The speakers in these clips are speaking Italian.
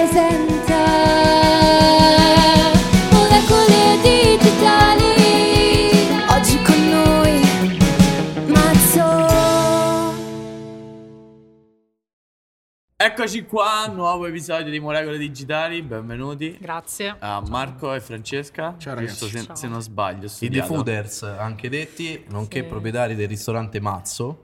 presenta Molecole Digitali. Oggi con noi Mazzo. Eccoci qua, nuovo episodio di Molecole Digitali, benvenuti. Grazie. A Marco e Francesca. Ciao ragazzi. Giusto, se non sbaglio, ho I The studiato. Fooders, anche detti, nonché Sì. proprietari del ristorante Mazzo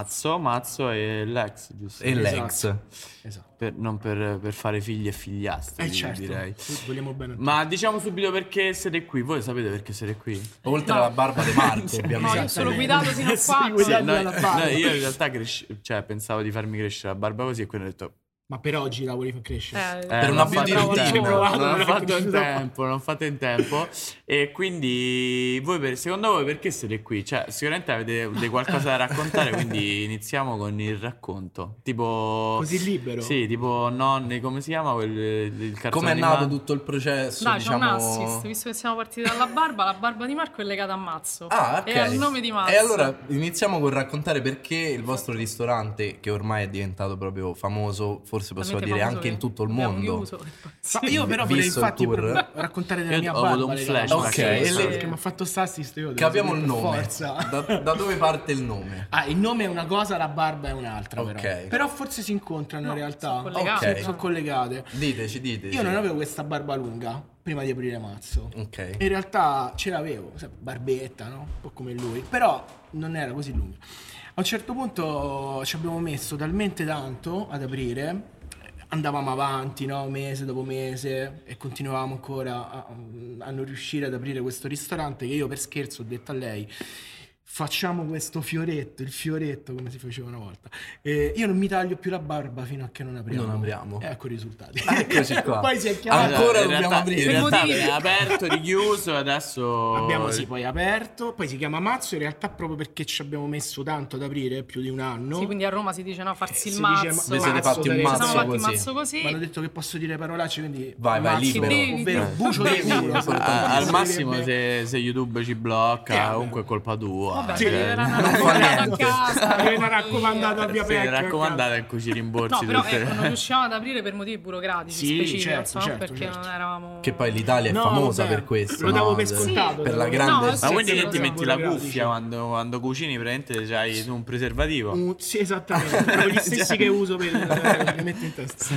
Mazzo e Lex, giusto? e Esatto. Lex. Esatto. Non per fare figli e figliastri, Certo, direi. vogliamo bene a tutti. Ma diciamo subito perché siete qui. Voi sapete perché siete qui? Oltre alla barba di Marco, No, ovviamente. io sono guidato sino a qua. guidato No, dalla barba. io in realtà pensavo di farmi crescere la barba così e quindi ho detto Ma per oggi la volevi far crescere? Per non una ho fatto beauty in routine. tempo, Provato, non ho non è fatto in cresciuto. tempo, non ho fatto in tempo. E quindi voi secondo voi perché siete qui? Cioè sicuramente avete qualcosa da raccontare, quindi iniziamo con il racconto. Tipo Così libero? Sì, tipo nonni, come si chiama il cartone Come è animato? nato tutto il processo, Dai, c'è un diciamo... assist, visto che siamo partiti dalla barba, la barba di Marco è legata a Mazzo. Ah, ok. E al nome di Mazzo. E allora iniziamo con raccontare perché il vostro ristorante, che ormai è diventato proprio famoso, forse possiamo Talmente dire famoso anche in che tutto il abbiamo mondo. chiuso. Ma io però vorrei Visto il infatti tour. raccontare della Io mia ho barba. avuto un legata. flashback. Ok, Sì, e sì. le- Perché mi ha fatto assist io. Capiamo il per nome. Forza. Da dove parte il nome? Ah, il nome è una cosa, la barba è un'altra. Ok. Però forse si incontrano in realtà. sono collegate. Ok. Sono collegate. Diteci. Io non avevo questa barba lunga prima di aprire Mazzo. Ok. In realtà ce l'avevo, sai, barbetta, no? Un po' come lui, però non era così lunga. A un certo punto ci abbiamo messo talmente tanto ad aprire, andavamo avanti, no? Mese dopo mese, e continuavamo ancora a non riuscire ad aprire questo ristorante, che io per scherzo ho detto a lei: facciamo questo fioretto, il fioretto come si faceva una volta. Io non mi taglio più la barba fino a che non apriamo. Non apriamo. E ecco i risultati. Eccoci qua. Poi si è chiamato. Ancora In dobbiamo realtà- aprire. In realtà Per motivi. è aperto, richiuso e adesso Abbiamo sì poi aperto, poi si chiama Mazzo in realtà proprio perché ci abbiamo messo tanto ad aprire, più di un anno. Sì, quindi a Roma si dice no, farsi il Si dice mazzo. Vi siete fatti un sarebbe- Ci siamo mazzo fatti così. mazzo così. Mi hanno detto che posso dire parolacce, quindi Vai, mazzo, libero. ovvero bucio di culo. al Si massimo direbbe- se YouTube ci blocca comunque è colpa tua. Vabbè, Cioè, mi verranno non fa raccomandato a niente. casa. Mi viene raccomandato a via sì, Pecca. raccomandate in cui ci rimborsi No, però tutte le- ecco, non riuscivamo ad aprire per motivi burocratici Sì, specifici, certo, insomma, certo, perché certo. non eravamo... Che poi l'Italia è No, famosa vabbè, per questo. lo davo no? per scontato. Per la davo- grande... No, Ma sì, quindi sì, che ti sì, metti la burocratici. cuffia quando cucini, praticamente c'hai un preservativo? Sì, esattamente, proprio gli stessi che uso per li metto in testa.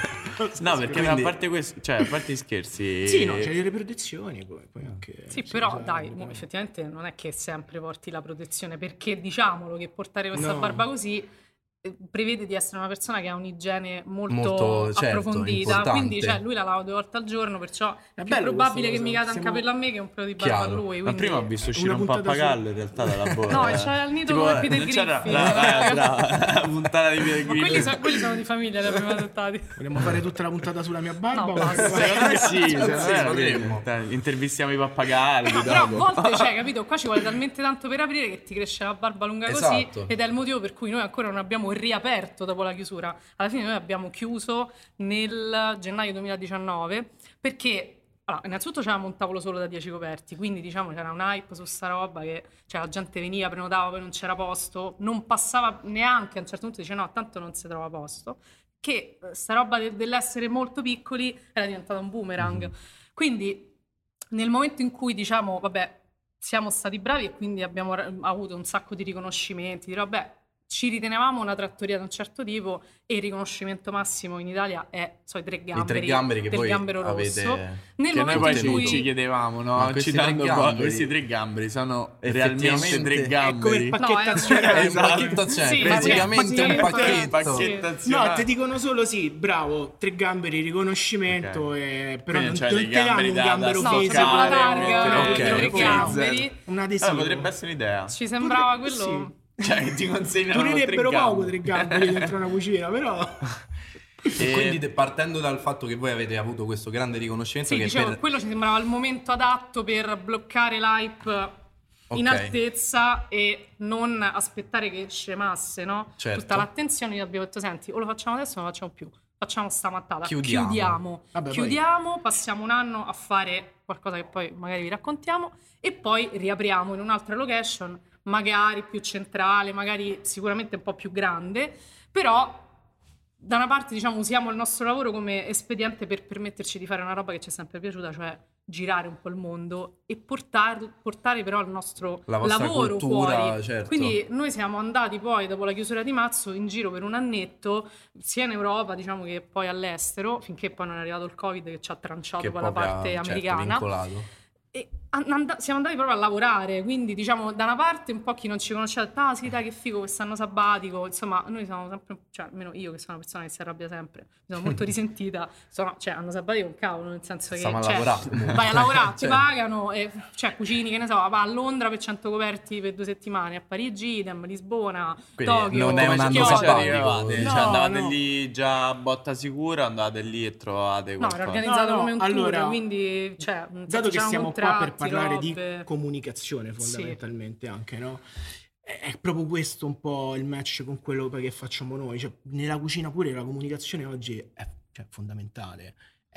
No, perché Quindi- a parte questo, cioè a parte gli scherzi. Sì, no, c'è le protezioni poi anche. Sì, si però usa- dai, effettivamente non è che sempre porti la protezione, perché diciamolo che portare questa No. barba così prevede di essere una persona che ha un'igiene molto, Molto, certo, approfondita, importante. quindi cioè, lui la lava 2 volte al giorno, perciò è più bello probabile questa che mi cosa, cada un siamo- capello a me che un pelo di barba Chiaro. a lui. Ma Quindi... prima ho visto uscire Una un puntata pappagallo in realtà dalla bocca. No, c'era il nido come Peter non c'era Griffin. la puntata di Peter Quelli, Griffin. quelli sono di famiglia, li abbiamo adottati. Vogliamo fare tutta la puntata sulla mia barba? No, o- basta. Secondo me sì, Sì, potremmo. intervistiamo i pappagalli No, però a dopo. volte, cioè, capito, qua ci vuole talmente tanto per aprire che ti cresce la barba lunga così, Esatto. ed è il motivo per cui noi ancora non abbiamo riaperto dopo la chiusura. Alla fine noi abbiamo chiuso nel gennaio 2019 perché allora, innanzitutto c'avevamo un tavolo solo da 10 coperti, quindi diciamo c'era un hype su sta roba che cioè, la gente veniva, prenotava, poi non c'era posto, non passava neanche, a un certo punto dice no, tanto non si trova posto, che sta roba dell'essere molto piccoli era diventata un boomerang. Quindi nel momento in cui diciamo vabbè siamo stati bravi e quindi abbiamo avuto un sacco di riconoscimenti, di vabbè ci ritenevamo una trattoria di un certo tipo e il riconoscimento massimo in Italia è i 3 gamberi, I 3 gamberi che del voi gambero rosso. avete... Nel Che noi momento poi in ci, cui ci chiedevamo, no? Ma questi Citando tre un po', gamberi- questi 3 gamberi sono realmente Effettivamente- 3 È come gamberi. il No, pacchettazionale. Esatto. Un pacchetto, Sì, praticamente un praticamente- pacchetto. No, ti dicono solo sì, bravo, 3 gamberi, riconoscimento, Ok. però Quindi non, c'hai non dei te danno gamberi un da gambero no, fisico. c'è la staccare, targa, ok, i 3 ok. gamberi. Un adesivo. Potrebbe essere un'idea. Ci sembrava Potrebbe- quello. Cioè, ti consegnano Durirebbero 3 poco gamberi. 3 gamberi dentro una cucina, però. E quindi partendo dal fatto che voi avete avuto questo grande riconoscimento Sì, che dicevo, per... quello ci sembrava il momento adatto per bloccare l'hype in Ok. altezza e non aspettare che scemasse, no? Certo. Tutta l'attenzione, io abbiamo detto, senti, o lo facciamo adesso o non lo facciamo più. Facciamo sta mattata, Chiudiamo. Vabbè, chiudiamo, passiamo un anno a fare qualcosa che poi magari vi raccontiamo e poi riapriamo in un'altra location, magari più centrale, magari sicuramente un po' più grande, però da una parte, diciamo, usiamo il nostro lavoro come espediente per permetterci di fare una roba che ci è sempre piaciuta, cioè girare un po' il mondo e portare però il nostro La vostra lavoro cultura, fuori. certo. Quindi noi siamo andati poi, dopo la chiusura di Mazzo, in giro per un annetto, sia in Europa, diciamo, che poi all'estero, finché poi non è arrivato il Covid che ci ha tranciato Che poi la proprio, parte certo, americana. vincolato. E siamo andati proprio a lavorare, quindi diciamo da una parte un po' chi non ci conosceva ha detto ah sì dai che figo quest'anno sabbatico, insomma noi siamo sempre, cioè almeno io che sono una persona che si arrabbia sempre, mi sono molto risentita, cioè anno sabbatico un cavolo, nel senso che Stiamo a cioè, lavorare comunque. vai a lavorare, ti Cioè. pagano e cioè cucini, che ne so, va a Londra per 100 coperti per 2 settimane, a Parigi, idem, Lisbona, Quindi Tokyo, non è un anno Kyoto. sabbatico. Arrivate? No, Cioè andavate no. lì già a botta sicura, andate lì e trovate No, qualcosa? era organizzato No, come un allora, tour, quindi cioè, Dato che c'erano siamo qua per contratti, parlare di robe. comunicazione fondamentalmente anche, no? È proprio questo un po' il match con quello che facciamo noi. Cioè, nella cucina pure la comunicazione oggi è cioè, fondamentale,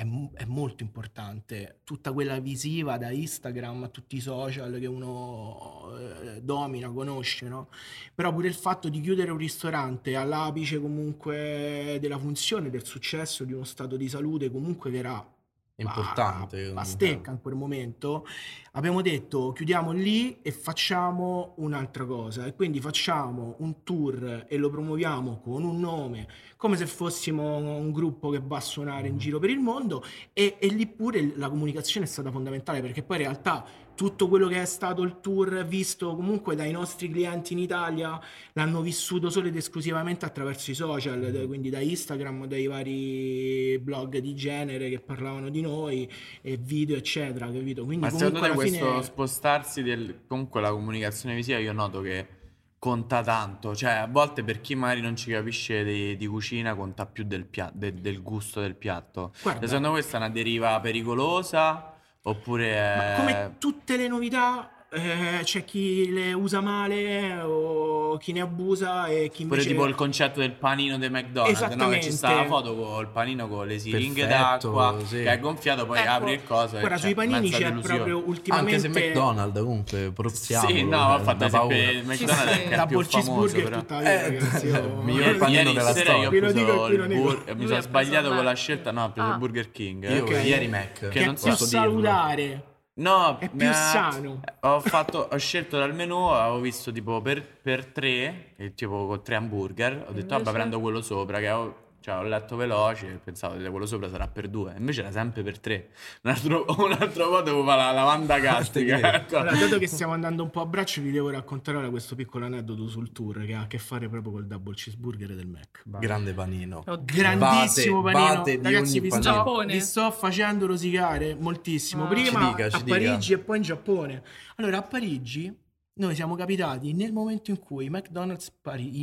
è molto importante. Tutta quella visiva da Instagram a tutti i social che uno domina, conosce, no? Però pure il fatto di chiudere un ristorante all'apice comunque della funzione, del successo di uno stato di salute comunque che era Importante. pastecca in quel momento, abbiamo detto chiudiamo lì e facciamo un'altra cosa, e quindi facciamo un tour e lo promuoviamo con un nome come se fossimo un gruppo che va a suonare in giro per il mondo, e lì pure la comunicazione è stata fondamentale, perché poi in realtà tutto quello che è stato il tour visto comunque dai nostri clienti in Italia l'hanno vissuto solo ed esclusivamente attraverso i social, quindi da Instagram, dai vari blog di genere che parlavano di noi e video eccetera, capito? Quindi Ma secondo comunque te alla questo fine spostarsi comunque la comunicazione visiva io noto che conta tanto, cioè a volte per chi magari non ci capisce di cucina conta più del gusto del piatto. Guarda. Secondo questa è una deriva pericolosa oppure Ma è... come tutte le novità c'è chi le usa male o chi ne abusa e chi Pure invece tipo il concetto del panino dei McDonald's, no? Che Esattamente. ci sta la foto con il panino con le siringhe Perfetto, d'acqua sì. che è gonfiato, poi Ecco, apri il coso e guarda, c'è sui panini mezza c'è delusione. proprio Anche ultimamente se McDonald's comunque proziamo. Sì, no, ho fatto da paura. esempio il McDonald's Sì, che è il double più famoso cheeseburger però. tutta la vita, ragazzi, io- miglior panino Ieri della sera io ho storia. Ve lo dico preso e qui lo il nego. mi Lui sono ha sbagliato preso con la Mac. scelta, no, ho preso il Ah. Burger King. Io Ok. ieri Mac. Che che non è più posso dirlo. salutare. No, È più sano. Ho scelto dal menù, avevo visto tipo per 3, tipo con 3 hamburger, ho detto Invece? vabbè prendo quello sopra, che ho letto veloce e pensavo che quello sopra sarà per 2, invece era sempre per 3. Un altro po' devo fare la lavanda gastrica. Ecco. Allora, dato che stiamo andando un po' a braccio, vi devo raccontare ora questo piccolo aneddoto sul tour che ha a che fare proprio col double cheeseburger del Mac. Grande panino. Oddio. Grandissimo Bate- panino. bate di Ragazzi, ogni vi panino. Giappone. sto facendo rosicare moltissimo. Ah. Prima Ci dica, a ci dica. Parigi e poi in Giappone. Allora, a Parigi noi siamo capitati nel momento in cui McDonald's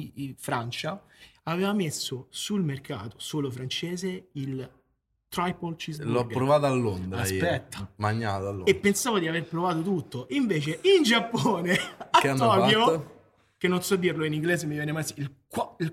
Francia aveva messo sul mercato solo francese il triple cheeseburger. L'ho provato a Londra. Aspetta. Ieri. Magnato a Londra. E pensavo di aver provato tutto. Invece in Giappone, a Che hanno Tokyo, fatto? che non so dirlo in inglese, mi viene mai il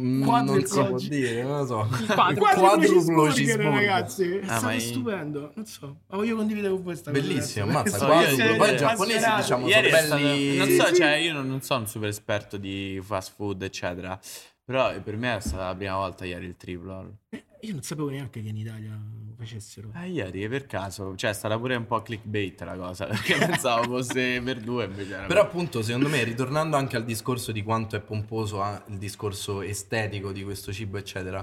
Non si può quadruple dire, non lo so. quadruplo cheeseburger. cheeseburger, ragazzi. È Ah, stato ma stupendo. Non so, ma voglio condividere con voi sta cosa, Bellissimo, ragazzi. ammazza. So, io- Quadruplo. io- Poi i io- giapponesi appassionato. diciamo Ieri sono è stato, belli. non Sì, so, sì. cioè io non sono un super esperto di fast food, eccetera. Però per me è stata la prima volta ieri il triplo. Io non sapevo neanche che in Italia facessero. Ieri per caso, cioè è stata pure un po' clickbait la cosa, perché pensavo fosse per 2 invece era Però per- appunto secondo me, ritornando anche al discorso di quanto è pomposo il discorso estetico di questo cibo eccetera,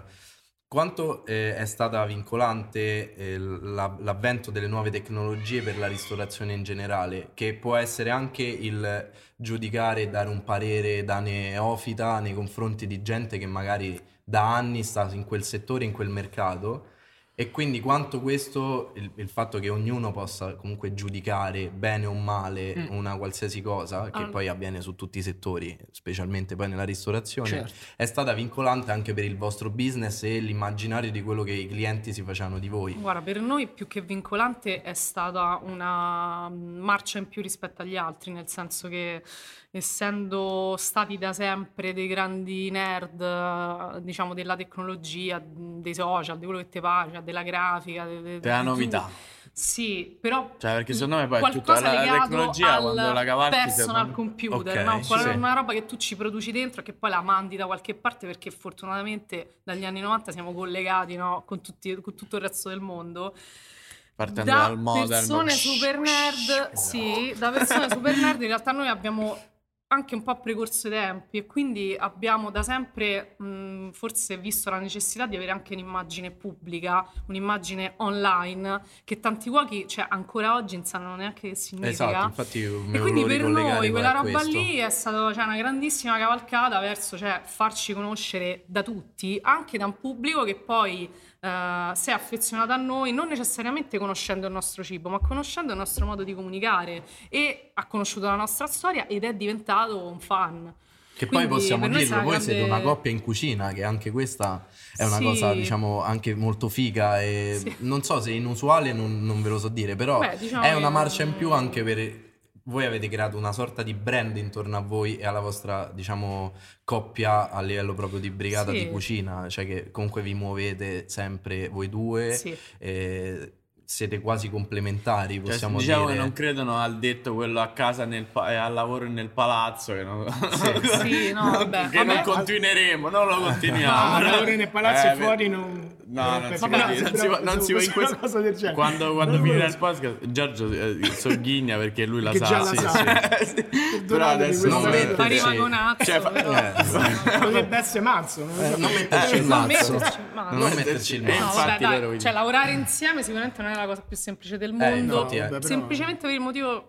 quanto è stata vincolante l'avvento delle nuove tecnologie per la ristorazione in generale, che può essere anche il giudicare e dare un parere da neofita nei confronti di gente che magari da anni sta in quel settore, in quel mercato. E quindi quanto questo, il fatto che ognuno possa comunque giudicare bene o male una qualsiasi cosa, che Ah. poi avviene su tutti i settori, specialmente poi nella ristorazione, Certo. è stata vincolante anche per il vostro business e l'immaginario di quello che i clienti si facevano di voi. Guarda, per noi più che vincolante è stata una marcia in più rispetto agli altri, nel senso che essendo stati da sempre dei grandi nerd, diciamo, della tecnologia, dei social, di quello che ti piace, della grafica, della novità. Sì, però Cioè, perché secondo me poi è qualcosa tutta la legato tecnologia, al quando la cavalchi, personal secondo- computer, Ok, no? sì. Una roba che tu ci produci dentro e che poi la mandi da qualche parte, perché fortunatamente dagli anni 90 siamo collegati, no? con tutto il resto del mondo. Partendo Da dal modem. persone super nerd, sì, da persone super nerd in realtà noi abbiamo anche un po' precorso i tempi e quindi abbiamo da sempre forse visto la necessità di avere anche un'immagine pubblica, un'immagine online, che tanti cuochi, cioè ancora oggi, non sanno neanche che significa. Esatto, infatti io me E lo quindi volevo per ricollegare noi poi quella a roba questo. lì è stata, cioè, una grandissima cavalcata verso, cioè, farci conoscere da tutti, anche da un pubblico che poi si è affezionato a noi, non necessariamente conoscendo il nostro cibo, ma conoscendo il nostro modo di comunicare, e ha conosciuto la nostra storia ed è diventato un fan. Che Quindi poi possiamo per noi dirlo, sarà voi siete grande- una coppia in cucina, che anche questa è una Sì. cosa, diciamo, anche molto figa e Sì. non so se è inusuale, non ve lo so dire, però Beh, diciamo è una che- marcia in più anche per... Voi avete creato una sorta di brand intorno a voi e alla vostra, diciamo, coppia a livello proprio di brigata Sì. di cucina, cioè che comunque vi muovete sempre voi due, Sì. siete quasi complementari, Cioè, possiamo diciamo dire. che non credono al detto quello a casa e al lavoro e nel palazzo, che non, Sì, no, vabbè. che non Vabbè. continueremo, non lo continuiamo. No, lavoro nel palazzo e fuori non... No, non si Vabbè, può dire, non si può- non si può in questo... una cosa del genere. Quando Non finirà lo il podcast, Giorgio sogghigna perché lui la Perché sa. già la Sì, sa. sì. Sì. Però Perdonatemi adesso questa non cosa. mette- Arriva sì. con azzo, Cioè, però- Potrebbe essere marzo, non lo so. Non metterci il non mazzo. metterci il mazzo. Non metterci il No, No, mazzo. infatti vabbè, loro dai, cioè lavorare insieme sicuramente non è la cosa più semplice del mondo, infatti, vabbè, però- semplicemente per il motivo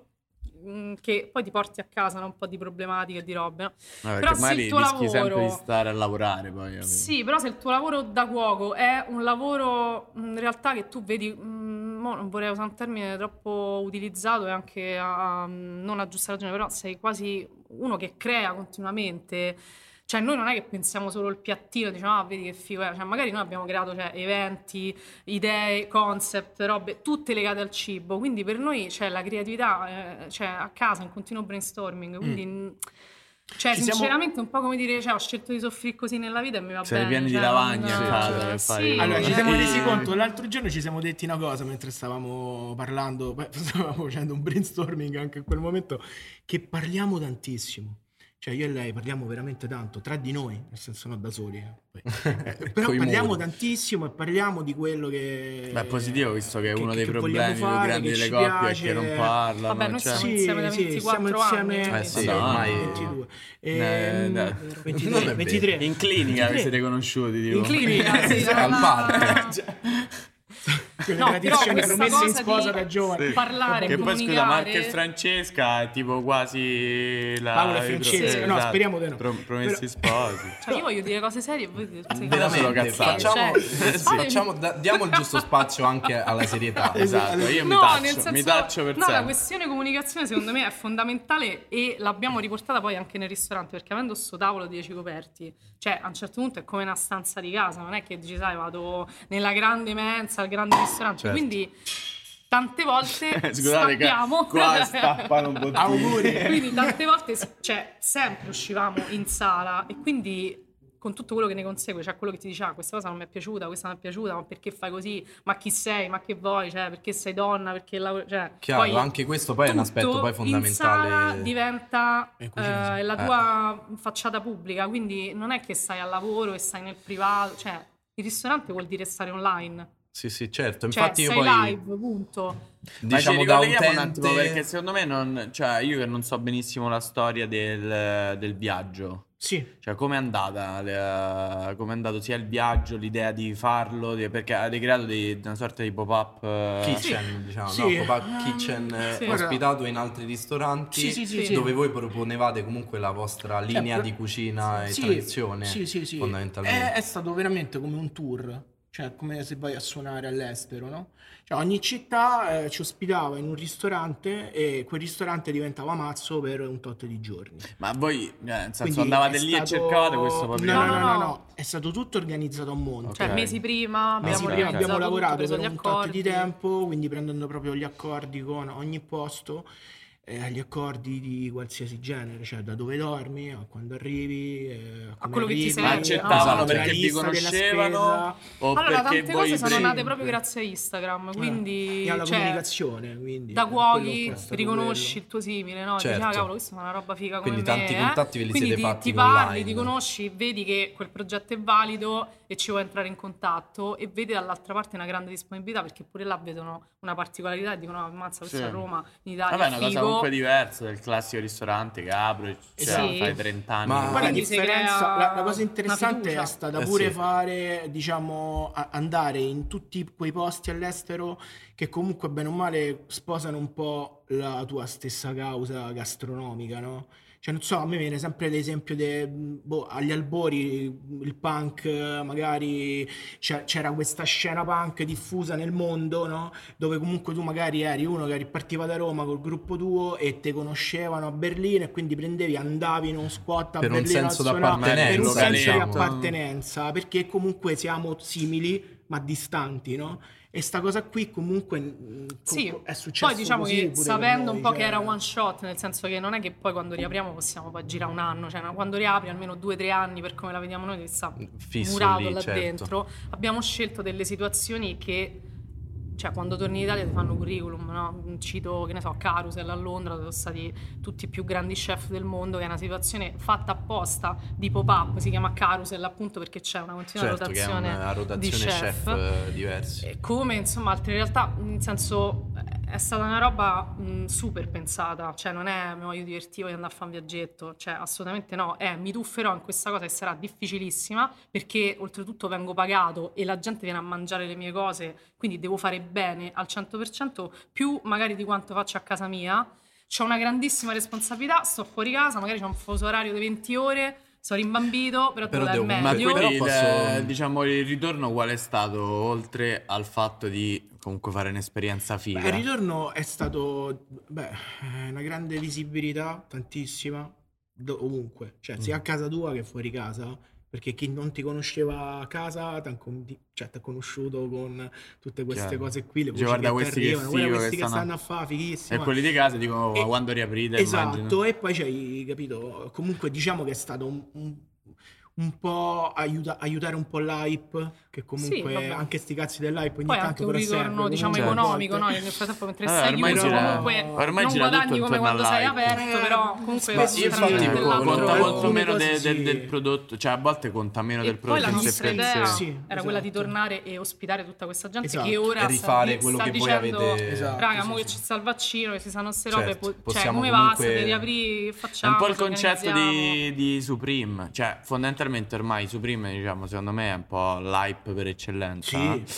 che poi ti porti a casa, no, un po' di problematiche e di robe, no? Perché Però se magari il tuo rischi sempre lavoro- di stare a lavorare poi. capito? Sì, però se il tuo lavoro da cuoco è un lavoro in realtà che tu vedi, non vorrei usare un termine troppo utilizzato e anche non a giusta ragione, però sei quasi uno che crea continuamente. Cioè noi non è che pensiamo solo il piattino, diciamo, vedi che figo è. Cioè magari noi abbiamo creato, cioè, eventi, idee, concept, robe, tutte legate al cibo. Quindi per noi c'è la creatività, cioè a casa, in continuo brainstorming. Quindi, cioè, Ci siamo- sinceramente, un po' come dire, cioè, ho scelto di soffrire così nella vita e mi va Siete bene. pieni di cioè, lavagna non- in casa sì, per fare- Allora, ci sì. siamo Sì. resi conto, l'altro giorno ci siamo detti una cosa mentre stavamo parlando, beh, stavamo facendo un brainstorming anche in quel momento, che parliamo tantissimo. Cioè io e lei parliamo veramente tanto, tra di noi, nel senso non da soli. Poi. Però Coi parliamo muri. tantissimo e parliamo di quello che... Beh, è positivo, visto che uno dei che problemi vogliamo più fare, grandi che delle ci coppie è piace. che non parlano. Vabbè, noi cioè- siamo insieme da 24 siamo anni. insieme, sì, Madonna. ormai- 22. dai. 23, Non è vero. 23. In clinica vi 23. siete conosciuti, tipo. In clinica, sì, Al no, party. Quelle No, però tradizioni questa promesse in cosa sposa di da giovane. parlare, Che poi scusa, comunicare. Marco e Francesca è tipo quasi la Paolo e Francesca, no, speriamo di no. Promessi sposi. Cioè io voglio dire cose serie e voi dite cose Veramente, solo cazzate. Facciamo, diamo il giusto spazio anche alla serietà. Esatto, io No, nel mi senso, taccio per no, la sempre. questione comunicazione secondo me è fondamentale e l'abbiamo riportata poi anche nel ristorante, perché avendo sto tavolo 10 coperti, cioè a un certo punto è come una stanza di casa, non è che dici sai vado nella grande mensa, al grande ristorante, Certo. quindi tante volte Scusate che stappiamo. qua stappano un po' tutti. Auguri. Quindi tante volte, cioè, sempre uscivamo in sala e quindi con tutto quello che ne consegue, cioè quello che ti dice, ah, questa cosa non mi è piaciuta, questa non mi è piaciuta, ma perché fai così? Ma chi sei? Ma che vuoi? Cioè, perché sei donna? Perché cioè, Chiaro, poi anche questo poi è un aspetto tutto poi fondamentale. in sala diventa In cucina, sì. la tua facciata pubblica, quindi non è che stai al lavoro e stai nel privato, cioè il ristorante vuol dire stare online. Sì, sì, certo. Cioè, Infatti io sei poi live, punto. Ma ci diciamo da ricolleghiamo un attimo, utente perché secondo me non, cioè io che non so benissimo la storia del viaggio. Sì. Cioè, com'è andata? Com'è andato sia il viaggio, l'idea di farlo? Perché avete creato una sorta di pop-up. kitchen, diciamo, Sì. no? Pop-up kitchen Sì. ospitato in altri ristoranti Sì. dove voi proponevate comunque la vostra linea di cucina e Sì, tradizione, sì. fondamentalmente. È stato veramente come un tour, cioè come se vai a suonare all'estero, no? Cioè, ogni città ci ospitava in un ristorante e quel ristorante diventava mazzo per un tot di giorni. Ma voi, nel senso, Quindi andavate è lì e stato- cercavate questo proprio? No, è stato tutto organizzato a monte. Cioè, Ok. mesi prima Mesi abbiamo prima organizzato abbiamo tutto, lavorato preso per gli un tot di accordi. tempo, quindi prendendo proprio gli accordi con ogni posto. agli accordi di qualsiasi genere, cioè da dove dormi, a quando arrivi, a come quello che ti arrivi, serve. Ma accettavano no? la perché vi lista della conoscevano spesa. o Allora, perché tante voi cose sono tre- nate proprio grazie a Instagram, quindi E alla cioè, comunicazione, quindi da quello un cuochi po' è stato riconosci quello. il tuo simile, no? Certo. Dici, ah, cavolo, questa è una roba figa come Quindi me, tanti contatti ve li Quindi siete ti fatti parli, online. ti conosci, vedi che quel progetto è valido e ci vuoi entrare in contatto e vedi dall'altra parte una grande disponibilità, perché pure là vedono una particolarità e dicono, ammazza, questo Sì. a Roma, in Italia Vabbè, è è una cosa figo. comunque diversa del classico ristorante che apro, cioè, Sì. fai 30 anni. Ma- Poi la Quindi si differenza, crea la cosa una interessante fiducia. è stata pure sì. fare, diciamo, andare in tutti quei posti all'estero che comunque bene o male sposano un po' la tua stessa causa gastronomica, no? Cioè, non so, a me viene sempre l'esempio agli albori il punk, magari c'era questa scena punk diffusa nel mondo, no? Dove comunque tu magari eri uno che partiva da Roma col gruppo tuo e te conoscevano a Berlino e quindi andavi in uno squat a Per un Berlino senso a suonare, d'appartenenza, per un senso di diciamo. appartenenza, perché comunque siamo simili ma distanti, no? E sta cosa qui comunque Sì, è successo poi diciamo così che pure per sapendo noi, un po' cioè- che era one shot, nel senso che non è che poi quando riapriamo possiamo poi girare un anno, cioè quando riapri almeno 2 o 3 anni per come la vediamo noi che sta Fisso murato lì, là certo. dentro, abbiamo scelto delle situazioni che, cioè quando torni in Italia ti fanno curriculum, no? Cito, che ne so, Carousel a Londra, dove sono stati tutti i più grandi chef del mondo, che è una situazione fatta apposta di pop-up, si chiama Carousel appunto perché c'è una continua Certo, che è rotazione una di rotazione chef diversi. come insomma altre realtà, nel senso è stata una roba super pensata, cioè non è mi voglio divertire, voglio andare a fare un viaggetto, cioè assolutamente no, mi tufferò in questa cosa che sarà difficilissima perché oltretutto vengo pagato e la gente viene a mangiare le mie cose, quindi devo fare bene al 100% più magari di quanto faccio a casa mia. C'ho una grandissima responsabilità, sto fuori casa, magari c'ho un fuso orario di 20 ore, sono rimbambito, però devo dare il devo- Ma meglio. quindi Però posso- diciamo il ritorno qual è stato, oltre al fatto di comunque fare un'esperienza figa? Il ritorno è stato una grande visibilità, tantissima, ovunque, cioè sia a casa tua che fuori casa, perché chi non ti conosceva a casa t'ha conosciuto con tutte queste Chiaro. cose qui, le Dice, voci guarda che questi ti che arrivano, guarda figo questi che che stanno- stanno a fare, fighissimo. E quelli di casa dicono, ma E- quando riaprite, Esatto, immagino. e poi c'hai capito, comunque diciamo che è stato un po' aiutare un po' l'hype, che comunque vabbè. anche sti cazzi dell'hype ogni Poi tanto anche un però serve, ritorno, diciamo, comunque a economico, no? volte. Nel frattempo mentre Vabbè, stai ormai chiuso gira- comunque ormai non gira guadagni tutto come intorno quando sei all'hype. aperto, però comunque Ma vedi infatti, tramite Conta l'altro. molto meno alcune cose del sì. prodotto, cioè a volte conta meno E del poi prodotto la in sé nostra per idea sé. Sì, era quella di esatto. tornare e ospitare tutta questa gente Esatto. che ora E rifare sta, quello sta che voi dicendo avete- Esatto, raga, sì, mo che sì. ci sta il vaccino, che ci stanno ste robe, Certo, cioè possiamo come comunque- va, se riapri, È facciamo, un po' il ci concetto organizziamo. di Supreme, cioè fondamentalmente ormai Supreme, diciamo, secondo me è un po' l'hype per eccellenza. Sì. No?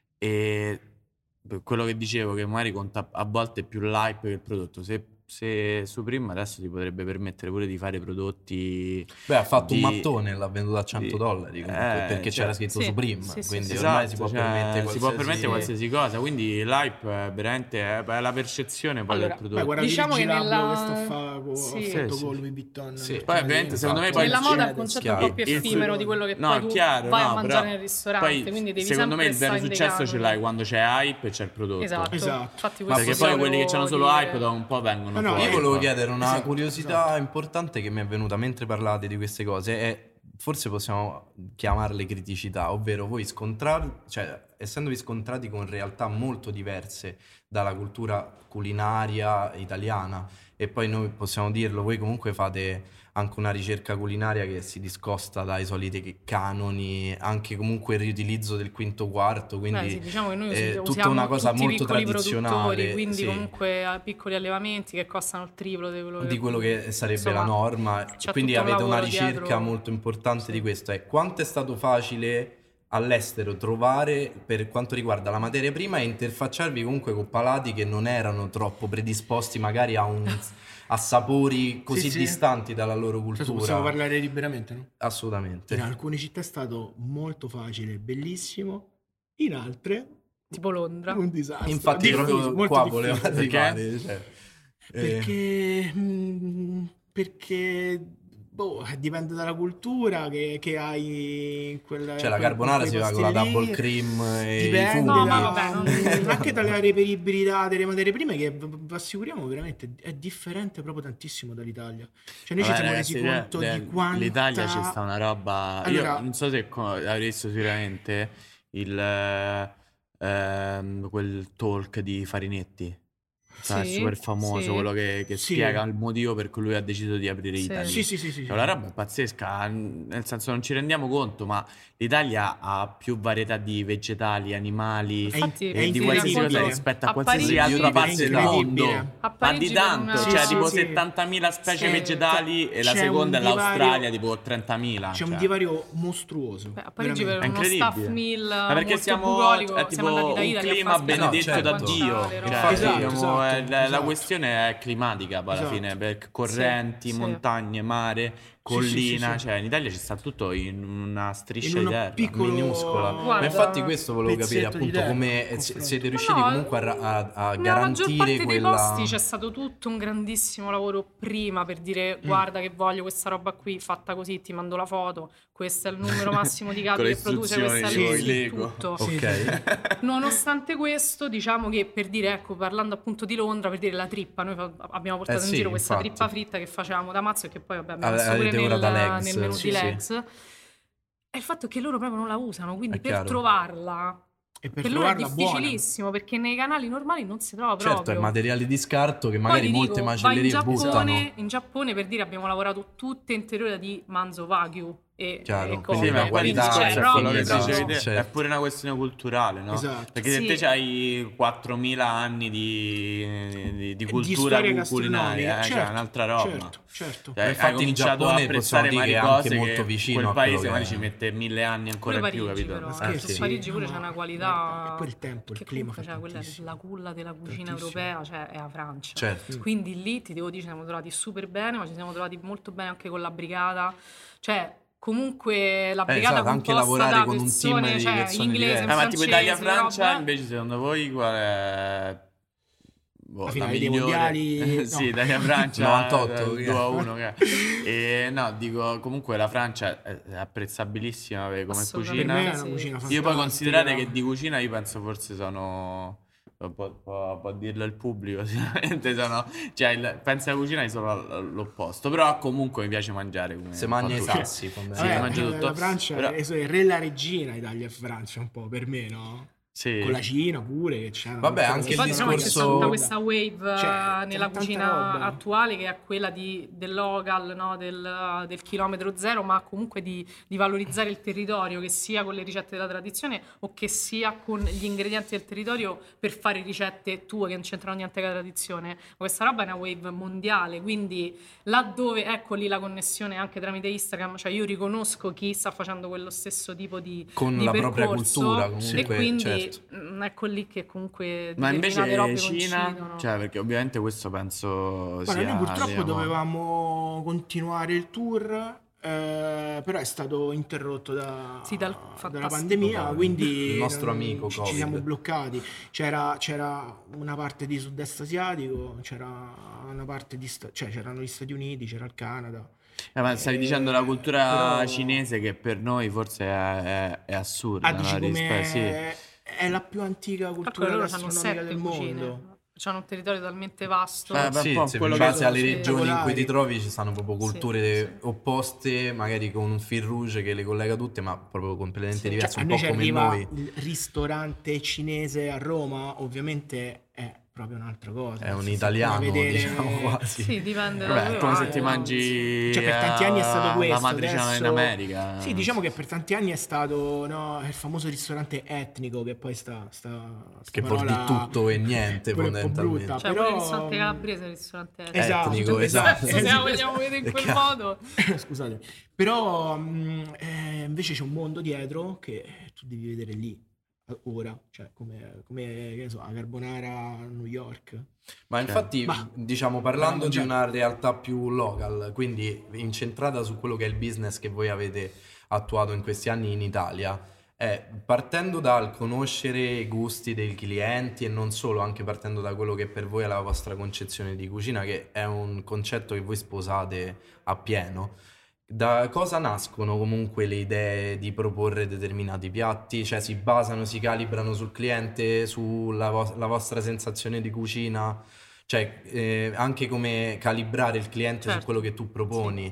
E per quello che dicevo, che magari conta a volte più l'hype che il prodotto. Se Supreme adesso si potrebbe permettere pure di fare prodotti. Beh, ha fatto di- un mattone, l'ha venduto a $100 comunque, perché c'era cioè, scritto sì, Supreme, sì, sì, quindi sì. ormai si Esatto, può cioè, permettere si può permettere qualsiasi... qualsiasi cosa. Quindi l'hype è veramente è la percezione poi Allora, del prodotto. Guarda Diciamo che Virgil Abloh nella- che sta a fa Sì. ha fatto Sì, con sì. Louis Vuitton. Sì. nel Poi ovviamente, secondo me, poi Nella il moda è un successo- concetto chiaro. un po' più Il- effimero di quello che No, poi è tu chiaro, vai no, a mangiare però nel ristorante, poi, quindi devi secondo me il sempre vero stare in successo dei ce canoni. l'hai quando c'è hype e c'è il prodotto. Esatto. Esatto. Infatti Ma questo Perché poi quelli che volevo hanno solo dire. hype dopo un po' vengono No, no, fuori. Io volevo poi. chiedere una Esatto, curiosità importante che mi è venuta mentre parlate di queste cose, è forse possiamo chiamarle criticità, ovvero voi essendovi scontrati con realtà molto diverse dalla cultura culinaria italiana, e poi noi possiamo dirlo, voi comunque fate anche una ricerca culinaria che si discosta dai soliti canoni, anche comunque il riutilizzo del quinto quarto, quindi Sì, diciamo che noi tutta usiamo una cosa tutti molto piccoli tradizionale, produttori, quindi sì, comunque a piccoli allevamenti che costano il triplo di quello che sarebbe insomma, la norma, c'è quindi tutto un avete una lavoro ricerca dietro. molto importante Sì. di questo. Quanto è stato facile all'estero trovare, per quanto riguarda la materia prima, e interfacciarvi comunque con palati che non erano troppo predisposti magari a sapori così Sì, sì. distanti dalla loro Cioè, cultura? possiamo parlare liberamente, no? Assolutamente. In alcune città è stato molto facile, bellissimo, in altre tipo Londra. un disastro. Infatti Difficile, proprio molto qua difficile. volevo Perché? arrivare, cioè, Perché Boh, dipende dalla cultura che hai in quel. Cioè la carbonara si fa con la double cream e i Dipende funghi. No, ma vabbè, anche dalla reperibilità delle materie prime, che vi assicuriamo veramente è differente proprio tantissimo dall'Italia. Cioè noi ci Vabbè, siamo ragazzi, resi conto di quanta. l'Italia ci sta una roba. Allora- Io non so se avrei visto sicuramente quel talk di Farinetti. Cioè, è Sì, super famoso, sì. quello che Sì. spiega il motivo per cui lui ha deciso di aprire Sì. Italy. Sì. Cioè, la roba è pazzesca, nel senso non ci rendiamo conto, ma l'Italia ha più varietà di vegetali, animali Infatti, e di sì, qualsiasi cosa appunto, rispetto a a qualsiasi Parigi- altra parte del incredibile. mondo. A Ma Parigi di per tanto, una- cioè Sì, tipo sì. 70.000 specie Sì. vegetali e la C'è seconda è un divario- l'Australia, tipo 30.000. C'è un cioè. divario mostruoso. Beh, a Parigi veramente. per È uno incredibile. staff meal Ma perché molto siamo bucolico, è siamo tipo andati da un Italia a clima fare benedetto certo. da Dio. guanciale, Cioè, roba. Esatto, diciamo, la esatto. questione è climatica poi alla Esatto. fine, perché correnti, Sì. montagne, mare, collina, sì. cioè in Italia ci sta tutto in una striscia In di uno terra. piccolo- Minuscola. Guarda, Ma infatti questo volevo capire pezzetto di appunto terra, come confronto. siete riusciti No, comunque a nella maggior garantire parte dei quella. posti c'è stato tutto un grandissimo lavoro prima per dire guarda che voglio questa roba qui fatta così, ti mando la foto, questo è il numero massimo di Con capi le che produce, istruzioni, questo è tipo il i sì, Lego. tutto. Sì, Ok. Nonostante questo, diciamo che per dire, ecco, parlando appunto di Londra, per dire la trippa, noi abbiamo portato in sì, giro questa infatti. trippa fritta che facevamo da mazzo e che poi vabbè, abbiamo messo Avete pure ora da Legs, nel menù sì, di sì. Legs. E il fatto è che loro proprio non la usano, quindi È per chiaro. trovarla E per per loro è trovarla buona. difficilissimo perché nei canali normali non si trova Certo, è proprio. materiali di scarto che Poi magari ti molte dico, macellerie vai buttano. in Giappone per dire abbiamo lavorato tutte interiore di Manzo Wagyu e Chiaro, cose. Sì, ma la poi il qualità, discorso Cioè, è quello che proprio- dicevi te, certo. è pure una questione culturale, no? Esatto. Perché se Sì. te hai 4.000 anni di cultura storia culinaria, gastronomica, cioè è un'altra roba. certo. Cioè, Infatti hai in cominciato Giappone a apprezzare possiamo dire varie che è anche cose molto che vicino quel a quello paese che magari è. ci mette 1.000 anni ancora Pure in più, Parigi, capito? però, Sì. su Parigi pure No, c'è una ma qualità. guarda, e poi il tempo, il che clima comunque, fa cioè, quella è tantissimo. la culla della cucina Tantissimo. europea, cioè è la Francia. Certo. Quindi lì ti devo dire, ci siamo trovati super bene, ma ci siamo trovati molto bene anche con la brigata. Cioè, comunque la brigata esatto, anche composta lavorare da con un persone, team di cioè, persone inglese, diverse. Ma tipo francesi, Italia-Francia, roba. invece secondo voi qual è La la finale dei migliore? mondiali, Sì, no. Italia-Francia 98, 2-1 no, dico comunque la Francia è apprezzabilissima come Assolutamente. Per me cucina. è una Sì. cucina fantastica. Io poi considerate che di cucina io penso forse sono può dirlo il pubblico sicuramente sono cioè penso alla cucina io sono l'opposto, però comunque mi piace mangiare come Se un mangia po' i tutti. sassi, Sì, fondamentalmente. mangio tutto. La Francia Però- è il re e la regina Italia e Francia un po' per me, no? Sì. Con la Cina pure che c'era. Vabbè, anche il Poi diciamo che c'è discorso- tutta questa wave Cioè, nella tanta cucina roba. attuale che è quella del local, no? del chilometro zero, ma comunque di valorizzare il territorio, che sia con le ricette della tradizione o che sia con gli ingredienti del territorio per fare ricette tue che non c'entrano niente con la tradizione. Ma questa roba è una wave mondiale, quindi laddove, ecco lì la connessione anche tramite Instagram, cioè io riconosco chi sta facendo quello stesso tipo di Con di la propria percorso, cultura, e comunque, quindi certo. ecco lì che comunque Ma determinate invece robe Cina, coincidono. cioè perché ovviamente questo penso Guarda, sia noi purtroppo diciamo, dovevamo continuare il tour, però è stato interrotto Sì, dal dalla fantastico pandemia, Covid. quindi Il nostro non- amico ci Covid. siamo bloccati. C'era una parte di sud-est asiatico, c'era una parte cioè c'erano gli Stati Uniti, c'era il Canada. ma stai dicendo la cultura però- cinese che per noi forse è assurda, Ah, no? dici come Sì. è la più antica Ecco, cultura loro hanno gastronomica 7 del cucine, mondo. hanno un territorio talmente vasto. Beh, Sì, un po' se quello in che base alle sì. regioni in cui ti Popolari. trovi ci stanno proprio culture Sì, sì. opposte, magari con un fil rouge che le collega tutte, ma proprio completamente Sì. diverse, Cioè, a un noi po' ci come arriva noi. il ristorante cinese a Roma, ovviamente è proprio un'altra cosa. È un Nel senso, italiano, come vedere- diciamo quasi. Sì, dipende da Vabbè, dove è come vai, se ti no? mangi Cioè, per tanti anni è stato questo. la matriciana adesso- in America. Sì, diciamo che per tanti anni è stato il famoso ristorante etnico, che poi Che vuol parola dire tutto e niente, pure un po' fondamentalmente. brutta. Cioè, però- pure il ristorante calabrese è il ristorante Esatto, Etnico, esatto. Se la vogliamo vedere in È quel chiaro. modo. Scusate, però invece c'è un mondo dietro che tu devi vedere lì ora, cioè come che ne so, la carbonara a New York. Ma infatti, Ma- diciamo, parlando di mangiare. una realtà più local, quindi incentrata su quello che è il business che voi avete attuato in questi anni in Italia, partendo dal conoscere i gusti dei clienti e non solo, anche partendo da quello che per voi è la vostra concezione di cucina, che è un concetto che voi sposate appieno, Da cosa nascono comunque le idee di proporre determinati piatti? Cioè si basano, si calibrano sul cliente, sulla la vostra sensazione di cucina? Cioè anche come calibrare il cliente su Certo. quello che tu proponi.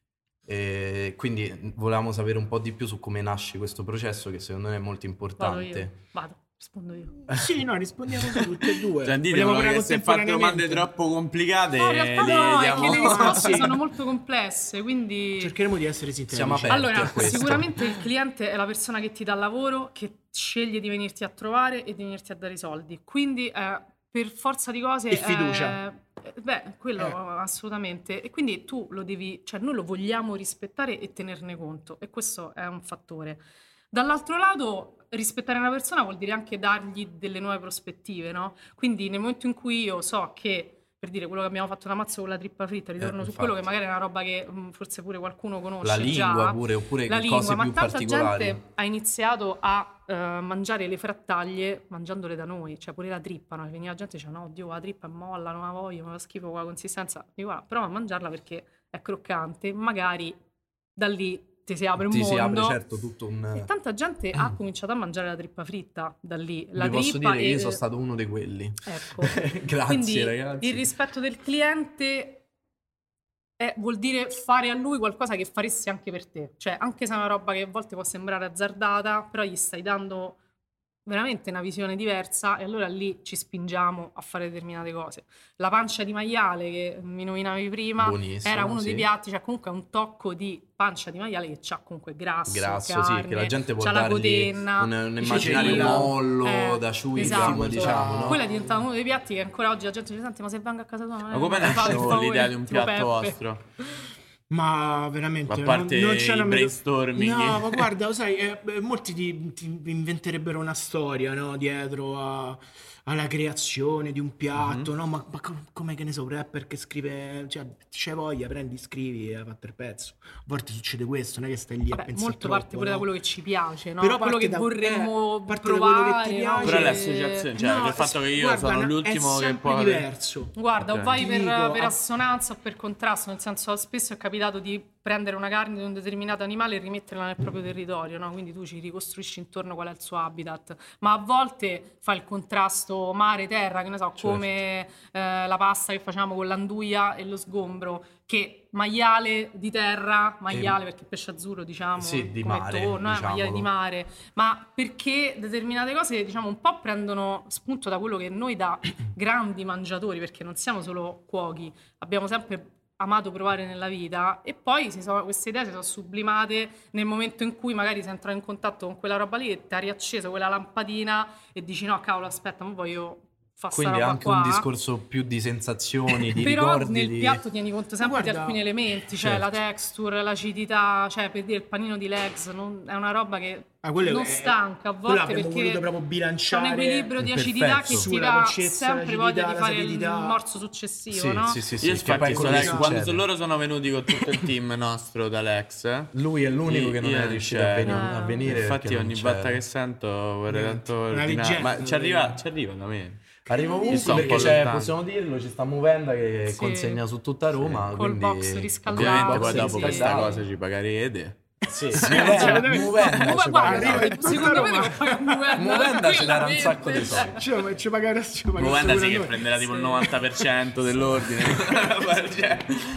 Quindi volevamo sapere un po' di più su come nasce questo processo, che secondo me è molto importante. Rispondo io. Sì, no, rispondiamo su tutte e due. Cioè, Vogliamo ditemelo pure che se fate domande contemporaneamente? troppo complicate, No, in realtà li no, è diamo- che le risposte Sì. sono molto complesse, quindi... Cercheremo di essere sintetici. Siamo aperti Allora, a questo. sicuramente il cliente è la persona che ti dà il lavoro, che sceglie di venirti a trovare e di venirti a dare i soldi. Quindi, per forza di cose... E fiducia. Quello assolutamente. E quindi tu lo devi... Cioè, noi lo vogliamo rispettare e tenerne conto. E questo è un fattore. Dall'altro lato, rispettare una persona vuol dire anche dargli delle nuove prospettive, no? Quindi nel momento in cui io so che, per dire, quello che abbiamo fatto da mazzo con la trippa fritta, ritorno su quello che infatti. magari è una roba che forse pure qualcuno conosce La lingua già. pure, oppure La cose lingua, ma più tanta particolari. gente ha iniziato a mangiare le frattaglie mangiandole da noi, cioè pure la trippa, no? Veniva gente e diceva no, Dio, la trippa è molla, non la voglio, mi fa schifo con la consistenza. Dico, guarda, prova a mangiarla perché è croccante, magari da lì ti si apre un Ti si apre mondo. certo tutto E un... tanta gente ha cominciato a mangiare la trippa fritta da lì. La Vi posso trippa dire che io e- sono stato uno di quelli. Ecco. Grazie Quindi ragazzi. il rispetto del cliente vuol dire fare a lui qualcosa che faresti anche per te. Cioè, anche se è una roba che a volte può sembrare azzardata, però gli stai dando veramente una visione diversa e allora lì ci spingiamo a fare determinate cose. La pancia di maiale che mi nominavi prima Buonissimo, era uno sì. dei piatti, cioè comunque un tocco di pancia di maiale che c'ha comunque grasso, Grasso, sì, carne, che la gente può c'ha la dargli codenna, un i immaginario cicilla. mollo da chewing gum, diciamo, no? Quello è diventato uno dei piatti che ancora oggi la gente dice: senti, ma se vengo a casa tua, Ma come mi fai nasce il favore, l'idea di un tipo piatto Peppe. vostro? Ma veramente A parte non c'è i una brainstorming. No, ma guarda, lo sai, molti ti inventerebbe una storia, no, dietro alla creazione di un piatto, no? Ma come che ne so, un rapper che scrive, cioè, c'è voglia, prendi, scrivi e hai fatto il pezzo. A volte succede questo, non è che stai lì a Vabbè, pensare molto parte troppo, pure no? da quello che ci piace, no? Però Quello parte che da- vorremmo parte da quello che provare, ti no? piace. Però le Che- associazioni, cioè No, il fatto che io guarda, sono è l'ultimo che sempre può... diverso. Guarda, Ok. o vai Ti per, dico, per ah- assonanza o per contrasto, nel senso spesso è capitato di prendere una carne di un determinato animale e rimetterla nel proprio territorio, no? Quindi tu ci ricostruisci intorno qual è il suo habitat, ma a volte fa il contrasto mare-terra, che ne so, Certo. come la pasta che facciamo con l'anduia e lo sgombro, che maiale di terra, maiale perché pesce azzurro diciamo, Sì, di come mare, tonno, maiale diciamolo. di mare, ma perché determinate cose diciamo un po' prendono spunto da quello che noi da grandi mangiatori, perché non siamo solo cuochi, abbiamo sempre amato provare nella vita e poi queste idee si sono sublimate nel momento in cui magari sei entrato in contatto con quella roba lì e ti ha riacceso quella lampadina e dici no cavolo aspetta, ma voglio fare sta Quindi è roba anche qua. un discorso più di sensazioni, di Però ricordi, nel di... piatto tieni conto sempre di Guarda, alcuni elementi, cioè la certo. texture, l'acidità, cioè per dire il panino di Legs è una roba che quello non è- stanca a quello volte abbiamo perché voluto proprio c'è bilanciare un equilibrio di perfetto. acidità che ti Sulla dà dolcezza, sempre voglia di l'acidità, fare la il sapidità. morso successivo, Sì, no? sì, sì, sì, Io che poi infatti quello che quando succede. loro sono venuti con tutto il team nostro d'Alex, Lui è l'unico io- che non io è non riuscito a c'ero. a venire. Infatti perché non ogni c'era. volta che sento vorrei tanto Una ordinare. leggenda, Ma ci veramente. arriva da me. Arriva Io ovunque sto un perché po' c'è, lontano. possiamo dirlo, ci sta Movenda che Sì. consegna su tutta Roma. Col quindi... box riscaldato. Ovviamente Box poi dopo sì. questa riscaldato. cosa ci pagherete. Sì, Movenda Ma ci guarda, pagherà. secondo me devo pagare Movenda ci darà un sacco di soldi. Ci pagherà Movenda sì pure che noi. prenderà tipo il Sì. 90% dell'ordine. Cioè,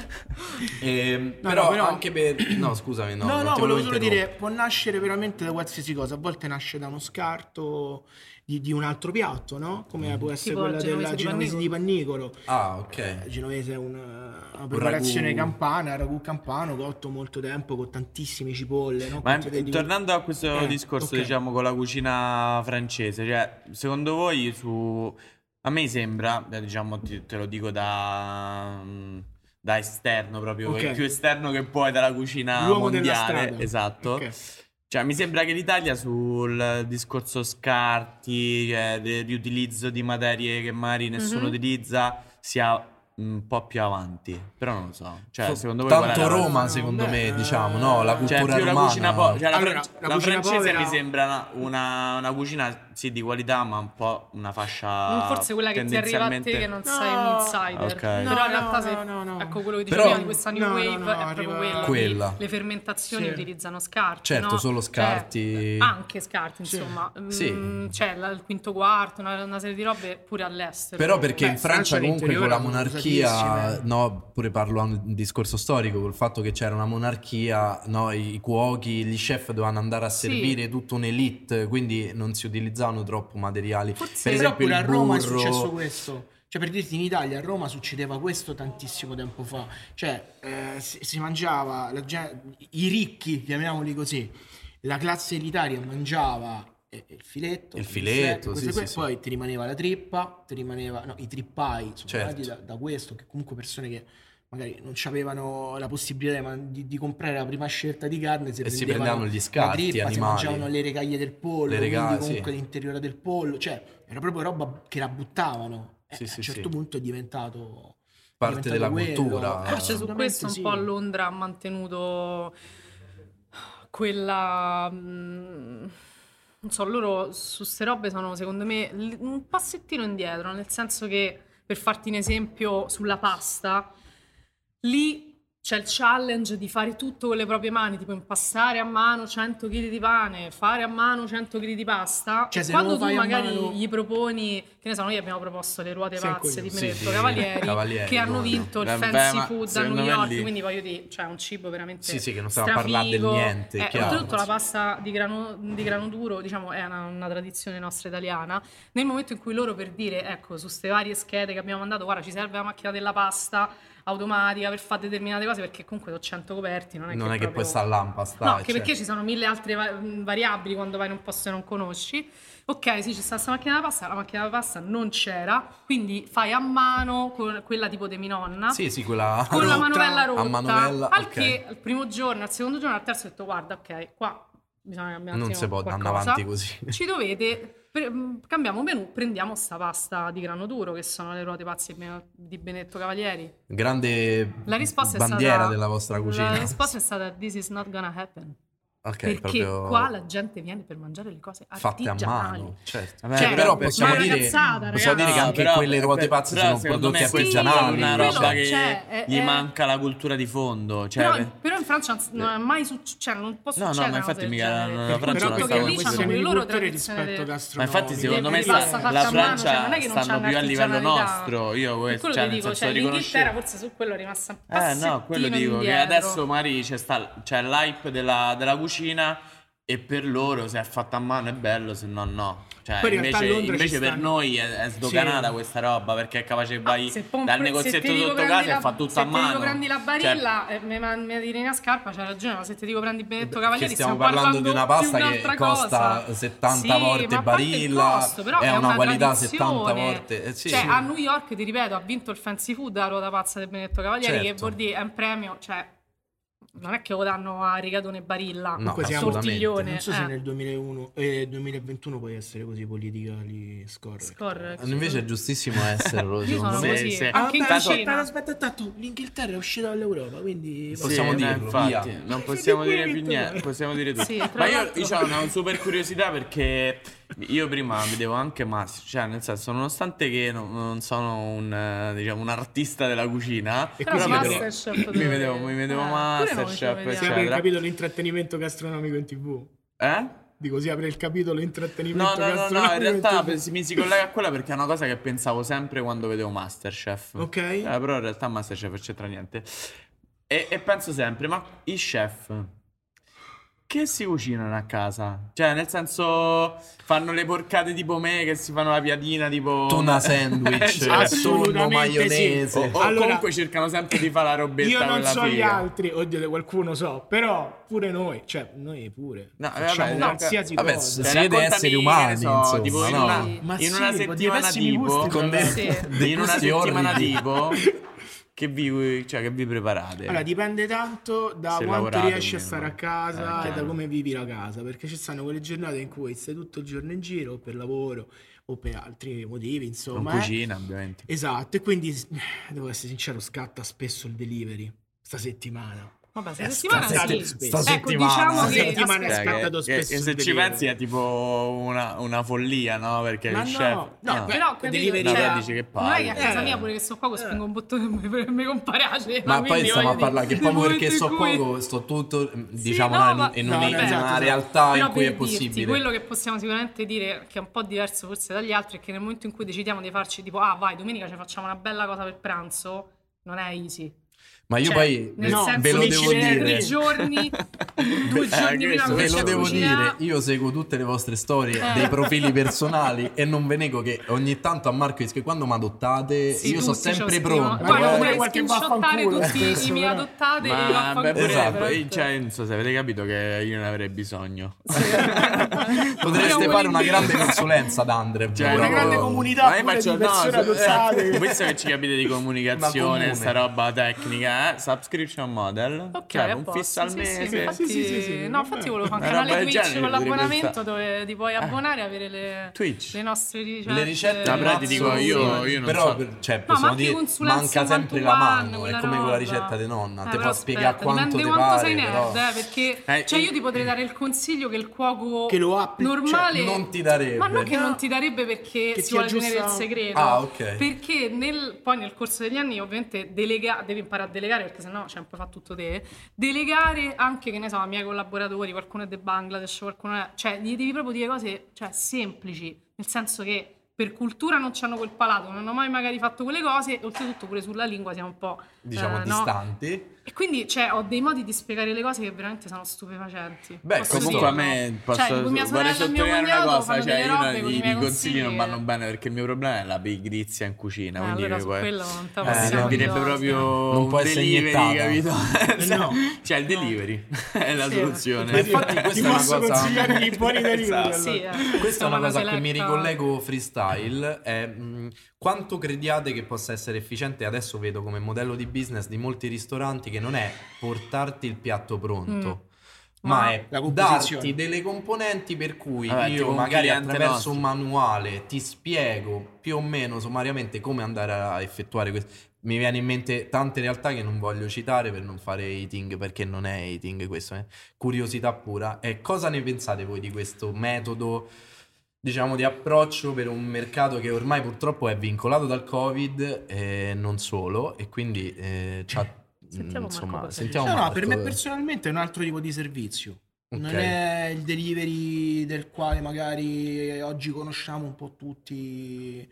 Però, però- anche per... No, scusami, no. No, non no, ti volevo solo interrompere. dire, può nascere veramente da qualsiasi cosa. A volte nasce da uno scarto di un altro piatto, no? Come può essere Tipo quella la genovese della di genovese di Pannicolo. Ah, ok. La genovese è una preparazione ragù. campana, ragù campano cotto molto tempo con tantissime cipolle, no? ma Quanti vedi- tornando a questo discorso, ok. diciamo, con la cucina francese, cioè, secondo voi a me sembra, diciamo, te lo dico da esterno proprio, Ok. il più esterno che puoi dalla cucina L'uomo della mondiale, strada. esatto. Ok. Cioè, mi sembra che l'Italia sul discorso scarti, del riutilizzo di materie che magari nessuno utilizza, sia un po' più avanti, però non lo so. Cioè, secondo voi qual è Tanto la Roma, no, secondo beh, me, diciamo, no, la Cioè, cultura più la romana. cucina cioè, Allora, la la cucina francese povera- mi sembra una cucina, sì, di qualità, ma un po' una fascia Forse quella che ti arriva a te che non sei un insider. Ok. Però No, in realtà se, no. ecco quello che dicevo Però- prima di questa new no, wave no, è proprio arriva- Quella. le fermentazioni Sì. utilizzano scarti, Certo, no? solo scarti. Cioè, anche scarti, Sì. insomma. Sì. C'è il quinto quarto, una serie di robe pure all'estero. Però perché Beh, in Francia Francia comunque con la l'interiore monarchia, usatissime. no, pure parlo a un discorso storico, col fatto che c'era una monarchia, no, i cuochi, gli chef dovevano andare a Sì. servire tutta un'elite, quindi non si utilizzavano troppo materiali. Forse- Per Però esempio pure a il Roma è burro, successo questo. Cioè, per dirti, in Italia, a Roma succedeva questo tantissimo tempo fa. Cioè, si mangiava, i ricchi, chiamiamoli così, la classe elitaria mangiava il filetto, Il filetto, queste sì, qua, sì, poi ti rimaneva la trippa, no, i trippai sono Certo. nati da questo, che comunque persone che magari non avevano la possibilità di comprare la prima scelta di carne, si prendevano gli scarti la trippa, si animali. mangiavano le regaglie del pollo, Le quindi sì. comunque l'interiore del pollo, cioè era proprio roba che la buttavano. Sì, A sì, un certo sì. punto è diventato Parte della cultura. Forse su assolutamente questo un sì. po' Londra ha mantenuto quella... non so, loro su ste robe sono secondo me un passettino indietro, nel senso che, per farti un esempio sulla pasta, lì c'è il challenge di fare tutto con le proprie mani, tipo impastare a mano 100 kg di pane, fare a mano 100 kg di pasta. Cioè, E se quando non tu lo fai a magari mano- gli proponi, che ne so, noi abbiamo proposto le ruote Sei un pazze di coglione. Benedetto Sì, Cavalieri, che hanno come no. vinto il Vabbè, fancy ma food a secondo New me York, lì- quindi voglio dire, cioè un cibo veramente Sì, sì, che non stiamo a parlare del strafigo. niente, chiaro. Oltretutto la pasta di grano duro, diciamo, è una tradizione nostra italiana. Nel momento in cui loro, per dire, ecco, su queste varie schede che abbiamo mandato, guarda, ci serve la macchina della pasta automatica per fare determinate cose, perché comunque sono 100 coperti, non è Non è che proprio... poi sta all'impastare. No, anche perché ci sono mille altre variabili quando vai in un posto che non conosci. Ok, sì, ci sta questa macchina della pasta, la macchina della pasta non c'era, quindi fai a mano con quella tipo di mia nonna. Sì, sì, quella Con la manovella a rotta. manovella, Al ok. che al primo giorno, al secondo giorno, al terzo ho detto guarda, ok, qua bisogna cambiare un Non attimo si può andare qualcosa. avanti così. Ci dovete cambiamo menù, prendiamo sta pasta di grano duro che sono le ruote pazze di Benedetto Cavalieri. Grande La risposta bandiera è stata della vostra cucina. La risposta è stata this is not gonna happen. Ok, Perché proprio qua la gente viene per mangiare le cose fatte a artigianali. mano, certo. Vabbè, Cioè, però ma possiamo è una dire, cazzata, possiamo dire che ragazzi. anche però- quelle ruote pazze però sono secondo prodotti me questa artigianali. è una quello roba che c'è, gli è- manca la cultura di fondo. Cioè, Però in Francia non è mai cioè, non può No, no, succedere ma una infatti cosa del mica genere. la Francia Tutto non che sta lì con c'hanno questo. pure loro culture tradizione rispetto de- Ma gastronomiche. infatti secondo me Di pasta fatta la a mano, cioè, Francia non è che non stanno c'hanno più a livello artigianalità. nostro. Io Per questo, quello cioè ti nel dico, senso cioè, l'Inghilterra riconoscevo. forse su quello è rimasta un No, passettino quello dico che indietro. adesso magari c'è l'hype della cucina e per loro se è fatta a mano è bello, se no no. Cioè, Poi in realtà a Londra invece ci per stanno- noi è sdoganata Sì. questa roba perché è capace che vai Se poi dal se negozietto ti dico sotto prendi casa e la- fa tutto se a ti mano. dico prendi la Cioè, barilla e mi tiri una scarpa, c'hai ragione, ma se ti dico prendi Benedetto Cavalieri Che stiamo parlando di una pasta che costa 70 volte barilla, è una qualità 70 volte. Sì, cioè, sì. a New York, ti ripeto, ha vinto il fancy food la ruota pazza del Benedetto Cavalieri, che Certo. vuol dire è un premio, cioè non è che lo danno a Rigatone Barilla, No, Comunque siamo- tortiglione. Non so se nel 2021 puoi essere così politically scorrect. Correct. Invece è giustissimo esserlo, Io secondo sono me. così. sì. Anche in Tanto- cucina. Aspetta, l'Inghilterra è uscita dall'Europa, quindi Possiamo Sì, dirlo, infatti, via. non possiamo Fai dire pure più tu. niente, possiamo dire tutto. Sì, tra Ma io l'altro- ho una super curiosità perché io prima vedevo anche Master, cioè nel senso, nonostante che non sono un artista della cucina, E Però quindi Masterchef mi dove- vedevo pure noi Masterchef, ci vediamo. si apre il eccetera. capitolo intrattenimento gastronomico in TV. Eh? Dico, si apre il capitolo intrattenimento No, gastronomico in realtà in TV. mi si collega a quella perché è una cosa che pensavo sempre quando vedevo Masterchef. Ok. Però in realtà Masterchef non c'entra niente. E penso sempre, ma i chef che si cucinano a casa? Cioè, nel senso, fanno le porcate tipo me che si fanno la piadina tipo Tuna sandwich, Cioè, tonno assolutamente maionese. sì. o Allora, comunque cercano sempre di fare la robetta Io non quella so gli figa. altri, oddio, qualcuno so, però pure noi, cioè noi pure. No, facciamo vabbè, qualsiasi vabbè, cosa. si vede raccontami, esseri che umani, ne so, insomma, tipo no? Ma in sì, una con dei settimana pessimi tipo gusti, Con tra dei, l'altro. dei in una gusti settimana orridi. tipo che vi preparate? Allora, dipende tanto da Se quanto lavorate riesci a almeno. stare a casa e Chiaro. da come vivi la casa, perché ci stanno quelle giornate in cui stai tutto il giorno in giro per lavoro o per altri motivi, Non insomma. cucina, ovviamente. Esatto, e quindi devo essere sincero, scatta spesso il delivery sta settimana. Vabbè, È se settimana scattato sì. spesso. Sta Ecco, settimana. diciamo Sta che settimana è aspetta, scattato che spesso il se ci delivery. pensi è tipo una follia, no? Perché Ma il no, chef... no, però il capito, delivery No, cioè, però dici che non è che a palle. casa mia pure che sto qua spingo un bottone per mi compare la cena, Ma poi quindi stiamo a voglio parlare che dire, proprio nel perché momento so in cui- poco, sto tutto, Sì, diciamo, no, in ma- in no, una, no, in esatto, una esatto. realtà Però in cui è per dirti, possibile. quello che possiamo sicuramente dire, che è un po' diverso forse dagli altri, è che nel momento in cui decidiamo di farci tipo, ah vai, domenica ci facciamo una bella cosa per pranzo, non è easy. Ma io Cioè, poi nel no, senso ve lo che devo ci metti dire. 3 giorni, 2 giorni prima questo Ve cominci lo a devo cucinare. dire, io seguo tutte le vostre storie dei profili personali e non ve nego che ogni tanto a Marco dice che quando mi adottate Sì, io sono tutti ci sempre scrivono. pronto. Poi non pure vorrei qualche screenshottare vaffanculo tutti spesso, i miei però. adottati e Ma vaffanculo, pure, esatto. veramente. Cioè, non so se avete capito che io ne avrei bisogno. Potreste fare una grande consulenza ad Andre. Cioè, Una no, grande comunità ma io pure faccio- di persone no, adottate. Visto che ci capite di Una comunicazione, comune. sta roba tecnica, subscription model. Ok, cioè, a un posto. fisso al Sì, mese. sì, infatti, sì, no, infatti volevo fare un Una roba canale del Twitch genere con potrebbe l'abbonamento stare. dove ti puoi abbonare e avere le Twitch. nostre ricette. Le ricette No, però ti mazzo, dico, io non però so. cioè, No, possiamo ma anche dire consulenze manca sempre la one-to-one, mano, è quella come con la roba. ricetta di nonna, ti Però fa spiegare aspetta, quanto dipende ti quanto pare, sei però nerd, perché cioè io ti potrei dare il consiglio che il cuoco Che lo applica, normale cioè, non ti darebbe. Ma non che non ti darebbe perché Che si ti vuole tenere il aggiusta- segreto. Ah, ok. Perché poi nel corso degli anni ovviamente devi imparare a delegare perché sennò cioè, poi fa tutto te. Delegare anche, che ne so, ai miei collaboratori, qualcuno è del Bangladesh, qualcuno è... Cioè, gli devi proprio dire cose, cioè, semplici, nel senso che per cultura non c'hanno quel palato, non hanno mai magari fatto quelle cose, e oltretutto pure sulla lingua siamo un po'... diciamo no? distanti. E quindi, cioè, ho dei modi di spiegare le cose che veramente sono stupefacenti. Beh, Posso Comunque a dirlo? me Cioè, tipo mia vorrei sorella e mio sottolineare una cognato cosa, fanno cioè delle io robe con i i miei consigli non consigli. vanno bene perché il mio problema è la pigrizia in cucina, quindi Allora su poi- quello non te lo no, possiamo servirebbe dire. proprio Non un può essere delivery, iniettata. capito? No. Cioè il delivery è la Sì. soluzione. Ma infatti Ti questa è una posso cosa consigliare i buoni delivery. Esatto. Sì, Questa è una cosa a cui mi seletta. ricollego freestyle, è quanto crediate che possa essere efficiente, adesso vedo come modello di business di molti ristoranti, che non è portarti il piatto pronto, ma Ma è la composizione. darti delle componenti per cui Vabbè, io tipo un magari cliente attraverso nostro. un manuale ti spiego più o meno sommariamente come andare a effettuare questo. Mi viene in mente tante realtà che non voglio citare per non fare hating, perché non è hating questo, è curiosità pura. E cosa ne pensate voi di questo metodo, diciamo, di approccio per un mercato che ormai purtroppo è vincolato dal Covid e non solo, e quindi Sentiamo Marco cosa sentiamo No, Marco. per me personalmente è un altro tipo di servizio. Non è il delivery del quale magari oggi conosciamo un po' tutti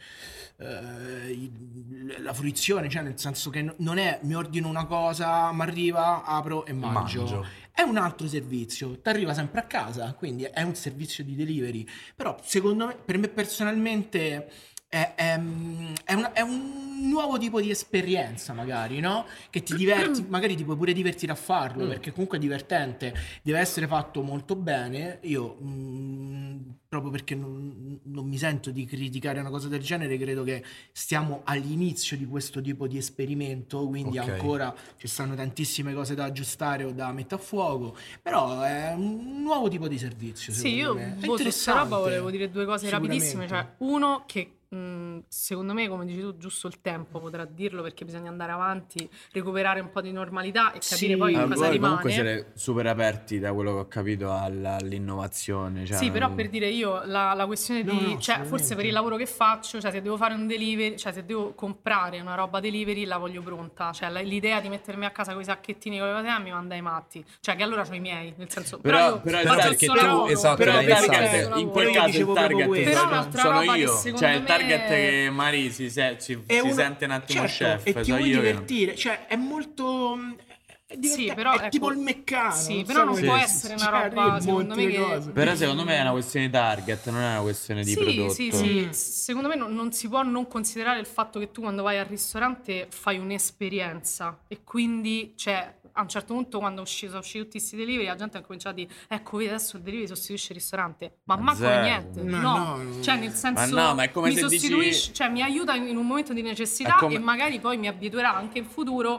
la fruizione, cioè nel senso che non è mi ordino una cosa, mi arriva, apro e mangio. È un altro servizio, ti arriva sempre a casa, quindi è un servizio di delivery. Però secondo me, per me personalmente è un nuovo tipo di esperienza, magari, no? Che ti diverti, magari ti puoi pure divertire a farlo, perché comunque è divertente, deve essere fatto molto bene. Io proprio perché non mi sento di criticare una cosa del genere, credo che stiamo all'inizio di questo tipo di esperimento, quindi Ok. ancora ci stanno tantissime cose da aggiustare o da mettere a fuoco, però è un nuovo tipo di servizio, Sì, io secondo me. È su sta roba interessante, volevo dire due cose rapidissime. Cioè, sicuramente. uno, che secondo me, come dici tu, giusto il tempo potrà dirlo, perché bisogna andare avanti, recuperare un po' di normalità e capire Sì. poi che cosa Voi comunque rimane. siete super aperti, da quello che ho capito, all'innovazione. Cioè, Sì, però per dire io la questione No, di, no, cioè, assolutamente. forse per il lavoro che faccio, cioè se devo fare un delivery, cioè se devo comprare una roba delivery la voglio pronta, cioè l'idea di mettermi a casa con i sacchettini con le cose mi manda ai matti, cioè che allora c'ho i miei, nel senso, Però io il faccio il perché solo tu- lavoro, esatto, però dai, il sai, target, sai, in io quel caso il dicevo target proprio questo. Però un'altra sono roba che io, secondo cioè il me- target che Mari si sente un attimo certo, chef, e ti so vuoi io che non- divertire, cioè è molto Sì, però, è ecco, tipo il meccano, sì, però non come può si- essere ci una roba, arrivi, secondo monti me, le che- cose. Però secondo me è una questione di target, non è una questione di prodotto. Sì, secondo me non si può non considerare il fatto che tu quando vai al ristorante fai un'esperienza e quindi, cioè, a un certo punto quando sono usciti tutti questi delivery la gente ha cominciato a dire ecco vedi adesso il delivery sostituisce il ristorante, ma Ma manco zero. niente, Ma no. no. Cioè nel senso Ma no, ma è come mi se dici- sostituisce, cioè mi aiuta in un momento di necessità È come- e magari poi mi abituerà anche in futuro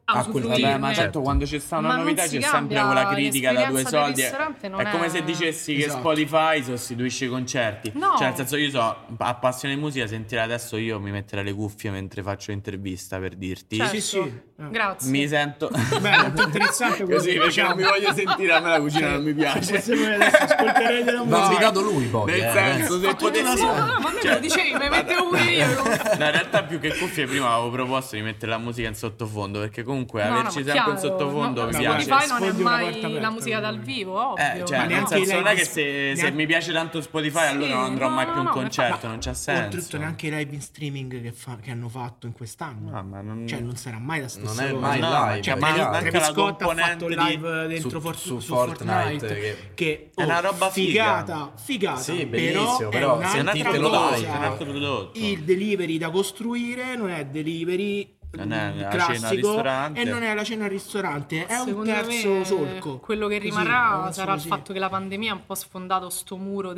a quel usufruirne. Vabbè, ma certo, quando c'è sta una Ma non novità si c'è sempre cambia quella critica da 2 l'esperienza del soldi. ristorante, non È come è- se dicessi che Esatto. Spotify sostituisce i concerti. No. Cioè, nel senso, io so, appassione di musica, sentire adesso io mi metterei le cuffie mentre faccio l'intervista, per dirti. Certo. Sì, sì. Grazie. Mi sento Beh, è molto interessante quello così che perché non mi diciamo. voglio sentire, a me la cucina non mi piace. Se voi adesso ascolterete la Va musica, invitato lui poi. Nel senso, se potessi... No, ma a me me lo dicevi, me mettevo pure io. No, in realtà più che cuffie prima avevo proposto di mettere la musica in sottofondo, perché comunque No, averci ma sempre chiaro, in sottofondo no, mi no, piace. Spotify non è Sfondi una mai porta aperta, la musica dal vivo, ovvio. Cioè, Ma nel neanche senso, i non è live che se neanche- mi piace tanto Spotify allora non andrò no, mai più a un no, concerto, ma- non c'ha senso. oltretutto neanche i live in streaming che hanno fatto in quest'anno. No, ma non... Cioè non sarà mai la stessa Non è cosa. mai No, live. Cioè, ma è chiaro. anche Travis la Scott ha fatto il componente di- live dentro su su Fortnite, che È una roba figata, Sì, però bellissimo, però è Sì, è un un'altra altro sentitelo cosa. prodotto, è un altro prodotto. Il delivery da costruire non è delivery Non è la cena al classico ristorante. e non è la cena al ristorante, è un Secondo terzo me, solco. quello che Così, rimarrà avanzo sarà il così. fatto che la pandemia ha un po' sfondato sto muro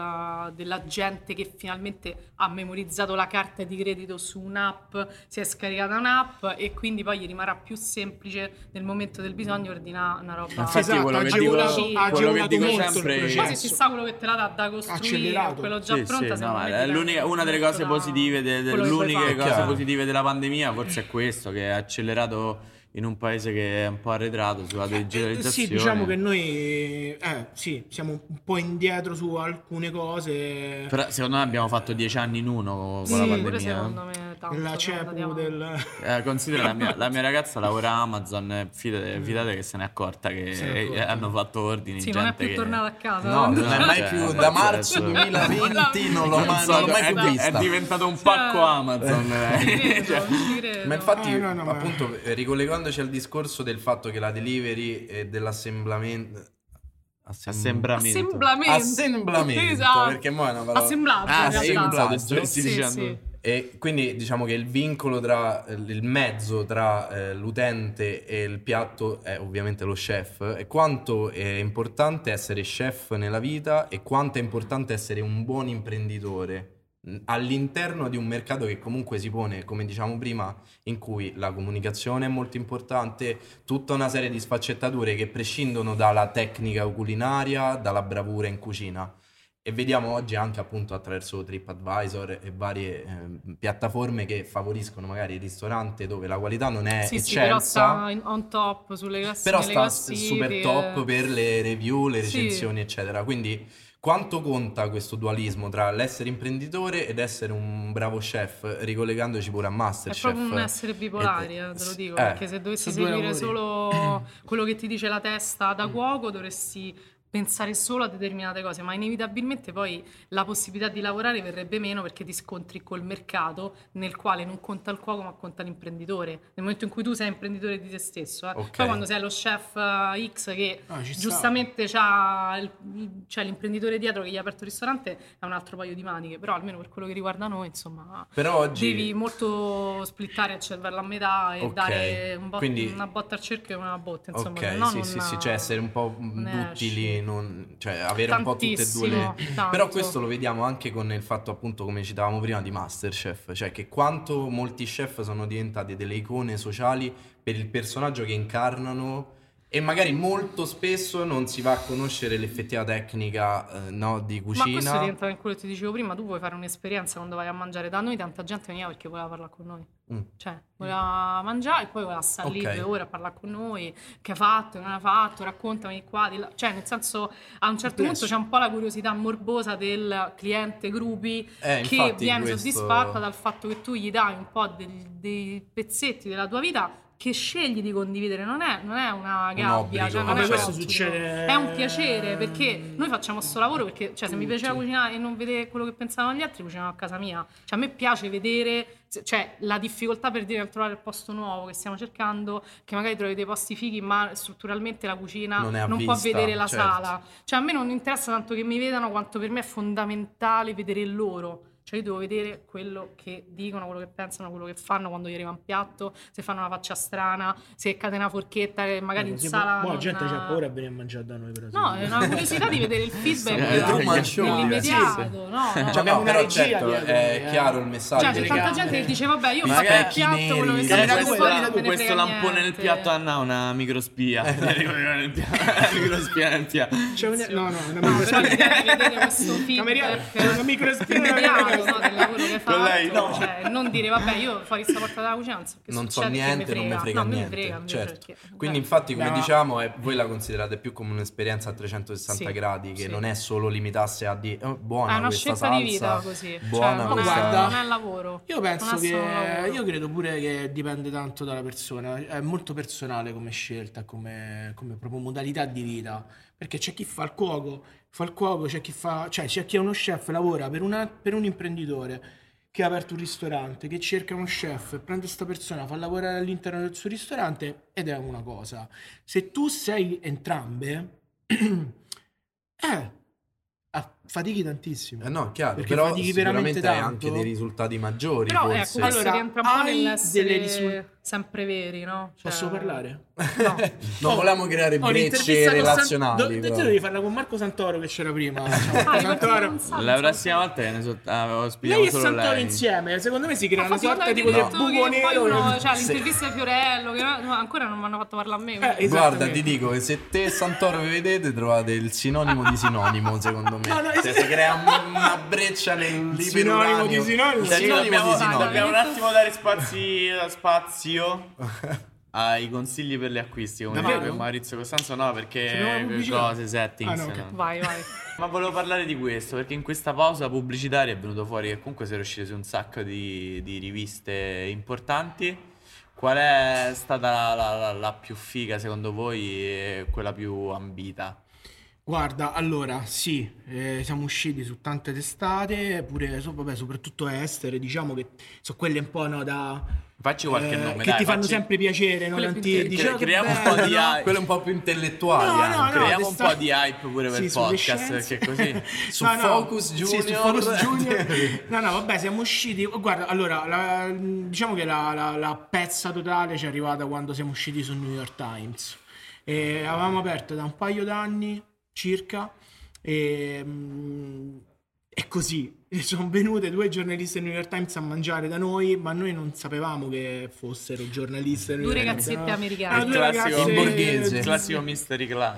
della gente che finalmente ha memorizzato la carta di credito su un'app, si è scaricata un'app e quindi poi gli rimarrà più semplice nel momento del bisogno ordinare una roba. Infatti Esatto, quello ha che dico, agevolato- ha quello che agevolato dico molto il sempre processo. Poi se ci sta quello che te la dà da costruire, Accelerato. quello già Sì, pronta, sì, secondo no, me è dipende una delle molto cose da positive, quello che puoi l'unica fare. cosa Chiaro. positive della pandemia forse è questo, che è accelerato in un paese che è un po' arretrato sulla digitalizzazione. Sì, diciamo che noi sì, siamo un po' indietro su alcune cose. Però secondo me abbiamo fatto 10 anni in uno con Sì, la pure pandemia. secondo me tanto, La siamo andati CEPU avanti. del Considera la mia ragazza lavora a Amazon, fidate che se n'è accorta che Se n'è accorta. hanno fatto ordini. Sì, non è gente più che... tornata a casa. No, non è mai Cioè, più adesso- da marzo adesso- 2020 non l'ho Non mai, so, non l'ho mai è, più è vista. diventato un pacco Amazon. Ci credo, Cioè, ci credo. Ma infatti, no, ma- appunto, ricollegandoci al discorso del fatto che la delivery e dell'assemblamento assembramento. assemblamento, Esatto. perché mo è una parola Assemblaggio, in realtà. assemblaggio. Stessi Sì, dicendo. sì. E quindi diciamo che il vincolo tra il mezzo tra l'utente e il piatto è ovviamente lo chef, e quanto è importante essere chef nella vita e quanto è importante essere un buon imprenditore all'interno di un mercato che comunque si pone, come diciamo prima, in cui la comunicazione è molto importante, tutta una serie di sfaccettature che prescindono dalla tecnica culinaria, dalla bravura in cucina. E vediamo oggi anche appunto attraverso TripAdvisor e varie piattaforme che favoriscono magari il ristorante dove la qualità non è Sì, però eccelsa, sta on top sulle però nelle sta classifiche. super top per le review, le Sì. recensioni, eccetera. Quindi quanto conta questo dualismo tra l'essere imprenditore ed essere un bravo chef, ricollegandoci pure a È MasterChef? proprio un essere bipolari, te lo dico, perché se dovessi sono due seguire lavori. solo quello che ti dice la testa da cuoco, dovresti pensare solo a determinate cose, ma inevitabilmente poi la possibilità di lavorare verrebbe meno perché ti scontri col mercato nel quale non conta il cuoco ma conta l'imprenditore. Nel momento in cui tu sei imprenditore di te stesso, Ok. poi quando sei lo chef X che ci sta. giustamente c'è l'imprenditore dietro che gli ha aperto il ristorante, è un altro paio di maniche, però almeno per quello che riguarda noi, insomma, Però oggi devi molto splittare il cervello a metà e Ok, dare quindi- una botta al cerchio e una botta, insomma, ok, se no sì, non, sì, cioè essere un po' non duttili, cioè avere un po' tutte e due le... Tantissimo, tanto. Però questo lo vediamo anche con il fatto, appunto, come citavamo prima, di MasterChef, cioè che quanto molti chef sono diventati delle icone sociali per il personaggio che incarnano, e magari molto spesso non si va a conoscere l'effettiva tecnica no, di Ma questo cucina. rientra in quello che ti dicevo prima, tu puoi fare un'esperienza quando vai a mangiare da noi, tanta gente veniva perché voleva parlare con noi. Mm. Cioè, voleva mangiare e poi voleva stare lì Ok. 2 ore a parlare con noi, che ha fatto, che non ha fatto, raccontami qua, di là. Cioè, nel senso, a un certo punto c'è un po' la curiosità morbosa del cliente gruppi che infatti viene questo- soddisfatta dal fatto che tu gli dai un po' dei pezzetti della tua vita che scegli di condividere, non è una gabbia, obbligo. cioè non Vabbè, è questo obbligo. succede- È un piacere perché noi facciamo sto lavoro perché, cioè, se mi piaceva cucinare e non vedere quello che pensavano gli altri, cucinavo a casa mia. Cioè, a me piace vedere, cioè, la difficoltà per dire trovare il posto nuovo che stiamo cercando, che magari trovi dei posti fighi, ma strutturalmente la cucina Non è a non può vista, vedere la certo. sala. Cioè, a me non interessa tanto che mi vedano quanto per me è fondamentale vedere loro. Cioè io devo vedere quello che dicono, quello che pensano, quello che fanno quando gli arriva un piatto, se fanno una faccia strana, se cade una forchetta che magari in sala la non- gente c'ha paura a venire a mangiare da noi, però. No, è una curiosità di vedere il feedback nell'immediato, no? Abbiamo una però regia certo, dietro, è chiaro il messaggio. Cioè, c'è tanta telecamere. gente che dice, vabbè, io ho Magari fatto il specchi piatto, quello che neri. sta Camera facendo due, fuori, camera non me ne questo frega lampone nel niente. piatto Anna ha una microspia. Nel piatto. Microspia nel piatto. C'è una No, microspia. però l'idea di vedere questo Cameriere, feedback c'è una microspia. immediato, no, del lavoro che Con lei, fatto, no. cioè non dire vabbè io fuori sta porta dalla cucina Non so succede, che niente, non mi frega no, me ne niente. frega, Certo. perché- Quindi cioè, infatti, come No. diciamo, voi la considerate più come un'esperienza a 360 Sì, gradi, che sì. non è solo limitarsi a dire buona è una questa scelta di salsa, vita così, buona cioè, non, questa... Guarda, non è lavoro. Io penso Non è solo un lavoro. io credo pure che dipende tanto dalla persona, è molto personale come scelta, come proprio modalità di vita, perché c'è chi fa il cuoco, c'è chi fa, cioè c'è chi è uno chef, lavora per un imprenditore che ha aperto un ristorante, che cerca uno chef, prende questa persona, fa lavorare all'interno del suo ristorante ed è una cosa. Se tu sei entrambe, fatichi tantissimo. no, chiaro, Perché però fatichi sicuramente veramente hai tanto. anche dei risultati maggiori, Però forse. ecco, questo Allora, rientra un po' hai nell'essere delle sempre veri, no? Cioè, Posso parlare? No. Non volevamo creare Ho brecce l'intervista con relazionali. Te però. devi farla con Marco Santoro che c'era prima. Ciao, Ah, Marco ricordo Santoro. un sacco. La prossima volta che ne ospitiamo Lei e solo Santoro lei. insieme, secondo me si crea una Infatti, sorta quando tipo avete di detto buco che poi nero. uno, cioè, l'intervista di Fiorello, che no, ancora non mi hanno fatto parlare a me. quindi- Guarda, ti dico che se te e Santoro vi vedete trovate il sinonimo di sinonimo, secondo me. No, no, Cioè, si crea una breccia Sinonimo nell'iperuranio. di sinonimo. Cioè, Sinonimo di dobbiamo, sinonimo. dobbiamo un attimo dare spazio ai consigli per gli acquisti, come Davvero? dice Maurizio Costanzo, no, C'è una perché pubblicità? cose, settings. Ah, no, ok. no. Vai. Ma volevo parlare di questo, perché in questa pausa pubblicitaria è venuto fuori che comunque siete usciti su un sacco di riviste importanti. Qual è stata la più figa secondo voi e quella più ambita? Guarda, allora, sì, siamo usciti su tante testate, pure, vabbè, soprattutto estere, diciamo che sono quelle un po', no, da... Facci qualche nome, che dai, ti fanno facci- sempre piacere, no? Quelle più Dici, "Oh, che creiamo un bello", po' di no? hype. Quelle un po' più intellettuali No, anche. no, no. Creiamo un testa- po' di hype pure per Sì, il sulle podcast, scienze. perché così... Su No, no. Focus Sì, su Junior. Focus Junior. No, vabbè, siamo usciti. Guarda, allora, diciamo che la pezza totale ci è arrivata quando siamo usciti sul New York Times. E avevamo aperto da un paio d'anni circa. E così sono venute 2 giornaliste del New York Times a mangiare da noi, ma noi non sapevamo che fossero giornaliste del New Due York Times. ragazzette no? americane. Erano Il due classico, ragazze- in borghese. il classico mystery club.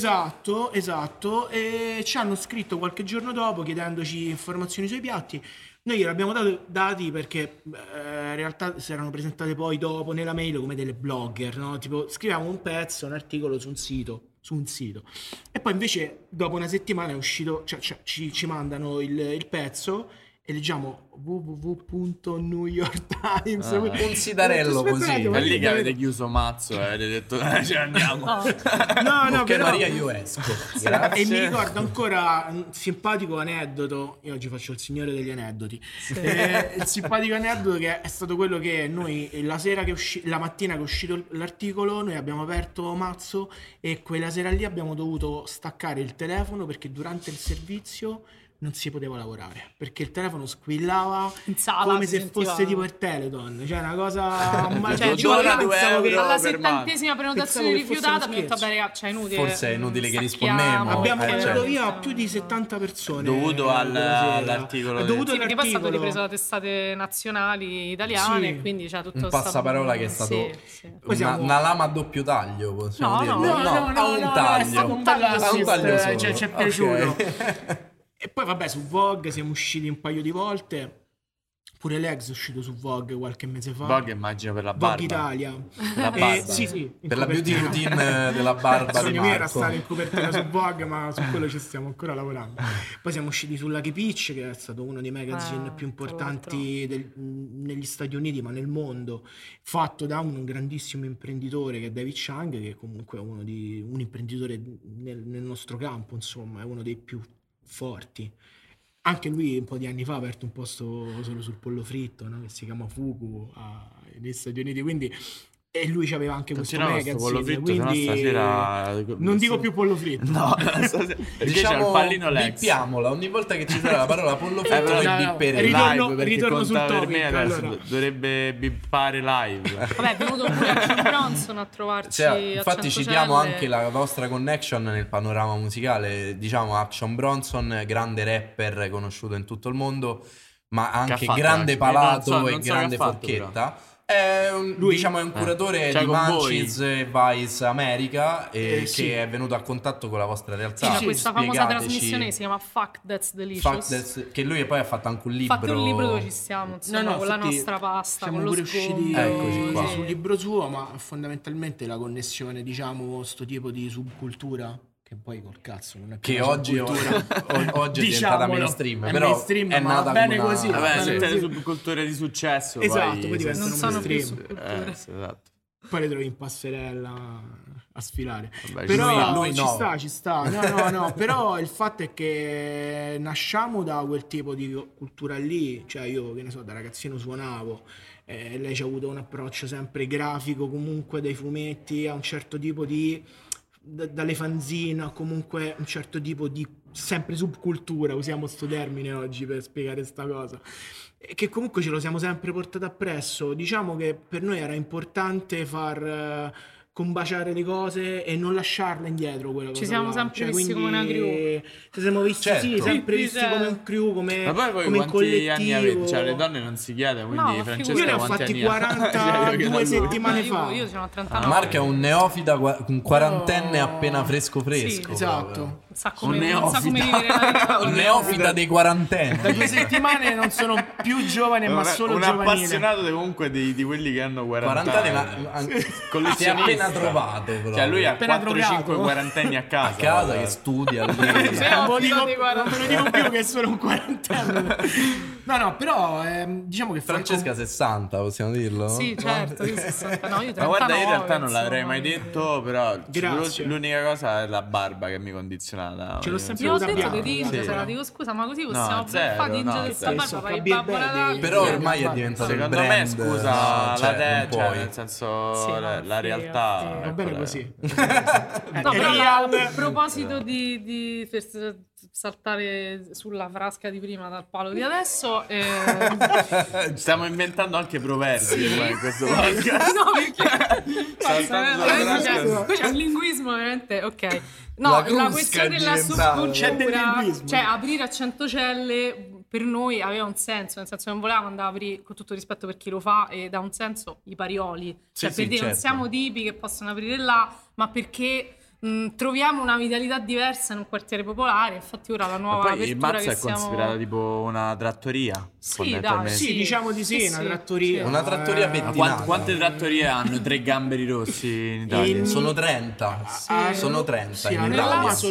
Esatto, e ci hanno scritto qualche giorno dopo chiedendoci informazioni sui piatti. Noi gliel'abbiamo dati perché in realtà si erano presentate poi dopo nella mail come delle blogger, no? Tipo scriviamo un pezzo, un articolo su un sito. E poi invece dopo una settimana è uscito, cioè ci mandano il pezzo e leggiamo www.New York Times. Un sitarello così. È lì che avete chiuso mazzo e avete detto ce ne andiamo. No, Ok, però... Maria, io esco. Grazie. E mi ricordo ancora un simpatico aneddoto. Io oggi faccio il signore degli aneddoti. Il simpatico aneddoto che è stato quello che noi la mattina che è uscito l'articolo, noi abbiamo aperto mazzo e quella sera lì abbiamo dovuto staccare il telefono perché durante il servizio non si poteva lavorare perché il telefono squillava In sala come si se sentiva. fosse tipo il Teleton, cioè una cosa Cioè, Due ore, io 2 pensavo che- euro alla per mano. 70ª prenotazione Pensavo che fosse rifiutata uno mi ho detto scherzo. vabbè ragazzi è inutile, Forse è inutile che stacchiamo, rispondemmo. Abbiamo perché- mandato certo. via più di 70 persone. Dovuto quella sera. all'articolo Dovuto Sì, perché poi è stato all'articolo. ripreso da testate nazionali italiane, Sì. quindi c'è tutto Un passaparola che è stato Sì. Poi siamo- una lama a doppio taglio, possiamo No, dirlo. no, a un taglio. è stato un taglio bel solo. A un taglio assist, solo. cioè, ci è Ok. piaciuto. E poi vabbè, su Vogue siamo usciti un paio di volte. Pure l'ex è uscito su Vogue qualche mese fa. Vogue immagino per la Vogue barba. Italia. La barba. Sì, sì, in Per la beauty copertina. routine della barba di Sogno mio era Marco. stare in copertina su Vogue, ma su quello ci stiamo ancora lavorando. Poi siamo usciti su Lucky Peach, che è stato uno dei magazine più importanti negli Stati Uniti, ma nel mondo, fatto da un grandissimo imprenditore che è David Chang, che comunque è un imprenditore nel nostro campo, insomma, è uno dei più forti. Anche lui un po' di anni fa ha aperto un posto solo sul pollo fritto, no? Che si chiama Fugu negli Stati Uniti, quindi E lui c'aveva anche questo Continuiamo sto pollo magazine, fritto, sennò quindi stasera... non dico più pollo fritto. No, stasera... perché c'è Diciamo, il pallino Lex. bippiamola, ogni volta che ci sarà la parola pollo fritto però noi no, no, bipperemo. ritorno- Live, perché ritorno sul conta per topic, me adesso, allora. dovrebbe bippare live. Vabbè, è venuto pure Action Bronson a trovarci Cioè, a infatti Centocelle. citiamo anche la vostra connection nel panorama musicale, diciamo Action Bronson, grande rapper conosciuto in tutto il mondo, ma Che ha anche fatto grande Action? palato Non so e che grande ha fatto, forchetta. È un, diciamo, è un curatore Cioè, di con Munchies e Vice America sì. che è venuto a contatto con la vostra realtà. Sì, ma questa famosa Spiegateci- trasmissione che si chiama Fuck That's Delicious. Fact That's- che lui poi ha fatto anche un libro. Fate un libro dove ci stiamo, insomma, con la infatti nostra pasta, siamo con lo pure usciti sgombro. Eccoci qua. sul libro suo, ma fondamentalmente la connessione, diciamo, sto tipo di subcultura, che poi col cazzo non è più Che una oggi, subcultura. oggi è diventata Diciamolo, mainstream, è però mainstream, è ma nata va bene come una- così. Vabbè, Bene tutte le così. subculture di successo. Esatto, poi poi diventano Non sono più mainstream. subculture. esatto. Poi le trovi in passerella a sfilare. Vabbè, Però lui ci no. ci sta. No. Però il fatto è che nasciamo da quel tipo di cultura lì. Cioè io, che ne so, da ragazzino suonavo. Lei ci ha avuto un approccio sempre grafico, comunque dai fumetti a un certo tipo di... dalle fanzine a comunque un certo tipo di sempre subcultura, usiamo sto termine oggi per spiegare sta cosa, e che comunque ce lo siamo sempre portato appresso. Diciamo che per noi era importante far combaciare le cose e non lasciarle indietro quella cosa Ci siamo là. sempre Cioè, visti come una crew. ci siamo visti, Certo. sì, sempre Sì, visti sì. come un crew, come, Ma poi voi come in quanti anni avete? collettivo. Cioè, le donne non si chiede, quindi No, Francesca Io ne ho quanti fatti anni ha? 42 Cioè, settimane fa. Io sono a 39. Marco è un neofita, un quarantenne appena fresco fresco. Sì, Esatto. Non sa Un come, non sa come neofita. vivere la vita. Un neofita dei quarantenni. Da 2 settimane non sono più giovane, ma solo un giovanile. appassionato comunque di quelli che hanno 40 quarantenne, anni. ma si è Collezionista. appena trovato. Proprio. Cioè lui ha Appena 4-5 drogato. quarantenni a casa. a casa che studia lì. Sì, Non ho ve lo fidato dei 40. non ve lo dico più che sono un quarantenne. No, però diciamo che Francesca 60, possiamo dirlo? Sì, certo, io 60, no, io 39. Ma guarda, io in realtà non l'avrei insomma, mai quindi- detto, però Grazie. l'unica cosa è la barba che mi condizionata. Ce l'ho sempre Io ho avuta detto bianca, di tingere, sì. se la dico scusa, ma così possiamo zero, fare no, tingere questa zero. barba, fai il Cabbi babbo belli. Natale. Però Sì, ormai è infatti. diventato Secondo il me, brand. scusa, no, cioè, la non cioè, puoi. nel senso, Sì, no, la sì, realtà. sì. Va bene quella- così. No, però Real. a proposito di saltare sulla frasca di prima dal palo di adesso, Stiamo inventando anche proverbi qua in questo podcast. no, perché Saltando sulla frasca. qui c'è un linguismo veramente, ok. No, La la, crusca questione è della diventata- C'è del subcultura, linguismo. cioè aprire a Centocelle per noi aveva un senso, nel senso che non volevamo andare a aprire, con tutto rispetto per chi lo fa, ed ha un senso i Parioli, cioè Sì, per sì, dire non certo. siamo tipi che possono aprire là, ma perché troviamo una vitalità diversa in un quartiere popolare. Infatti ora la Ma nuova poi il apertura Mazza che è siamo... considerata tipo una trattoria. Sì, fondamentalmente. dai, Sì, diciamo di sì, Sì, una sì. trattoria. Sì. Una trattoria Ma pettinata. quante trattorie hanno 3 gamberi rossi in Italia? In- Sono 30. Ah, Sono 30 Sì, in a Italia. Roma Italia.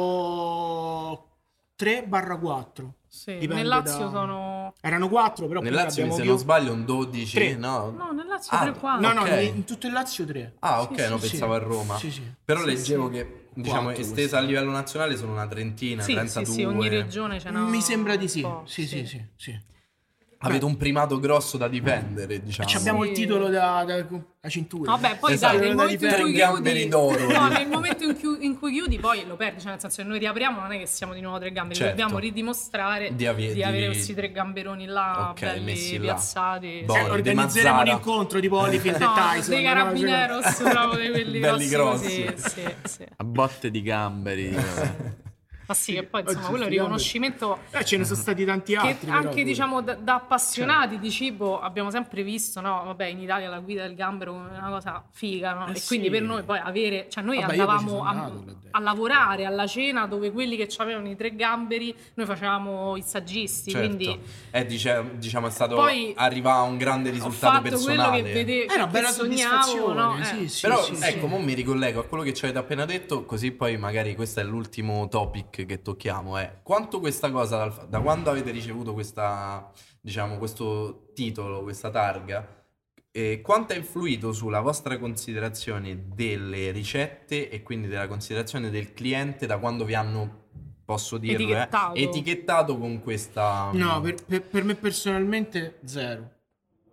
solo 3/4. Sì, Dipende nel Lazio da- sono... Erano 4, però Nel poi Lazio, abbiamo se più... non sbaglio, un 12. Tre. No. No, nel Lazio Ah, 3-4. No, Ok. in tutto il Lazio 3. Ah, ok, Sì, no, sì, pensavo sì. a Roma. Sì, sì. Però Sì, leggevo sì. che, diciamo, Quattro, estesa a livello nazionale sono una trentina, Sì, 32. sì, ogni regione ce n'ha Mi sembra di sì. un po', Sì. Avete un primato grosso da difendere, diciamo. Ci abbiamo Sì. il titolo da cintura. Vabbè, poi Esatto. dai, nel momento in Tre cui gamberi chiudi, d'oro. no, nel momento in cui chiudi, poi lo perdi. Cioè, nel senso che noi riapriamo, non è che siamo di nuovo 3 gamberi, Certo. dobbiamo ridimostrare Di avere- avere questi 3 gamberoni là, Ok, belli messi là. piazzati. Boh. Di Organizzeremo un Mazzara. incontro tipo Holyfield e No, Tyson. dei no? carabineros, proprio di quelli Belli grossi grossi. così. Sì. A botte di gamberi. Ma sì, che poi insomma Oggi quello è un sti riconoscimento Ce ne sono stati tanti che altri. però, anche pure. diciamo da appassionati di cibo abbiamo sempre visto, no? Vabbè, in Italia la guida del gambero è una cosa figa, no? E sì. quindi per noi poi avere, cioè noi Vabbè, io poi ci andavamo sono andato là dentro. a lavorare alla cena dove quelli che avevano i 3 gamberi, noi facevamo i saggisti, Certo. quindi Diciamo è stato Poi arriva a un grande ho risultato fatto personale. quello che vedevo, È una che bella sognavo, soddisfazione. no? Sì, sì, Però sì, ecco, sì. mo mi ricollego a quello che ci avete appena detto, così poi magari questo è l'ultimo topic che tocchiamo, è quanto questa cosa, da quando avete ricevuto questa, diciamo, questo titolo, questa targa, quanto ha influito sulla vostra considerazione delle ricette e quindi della considerazione del cliente da quando vi hanno, posso dirlo, etichettato con questa... No, per me personalmente zero.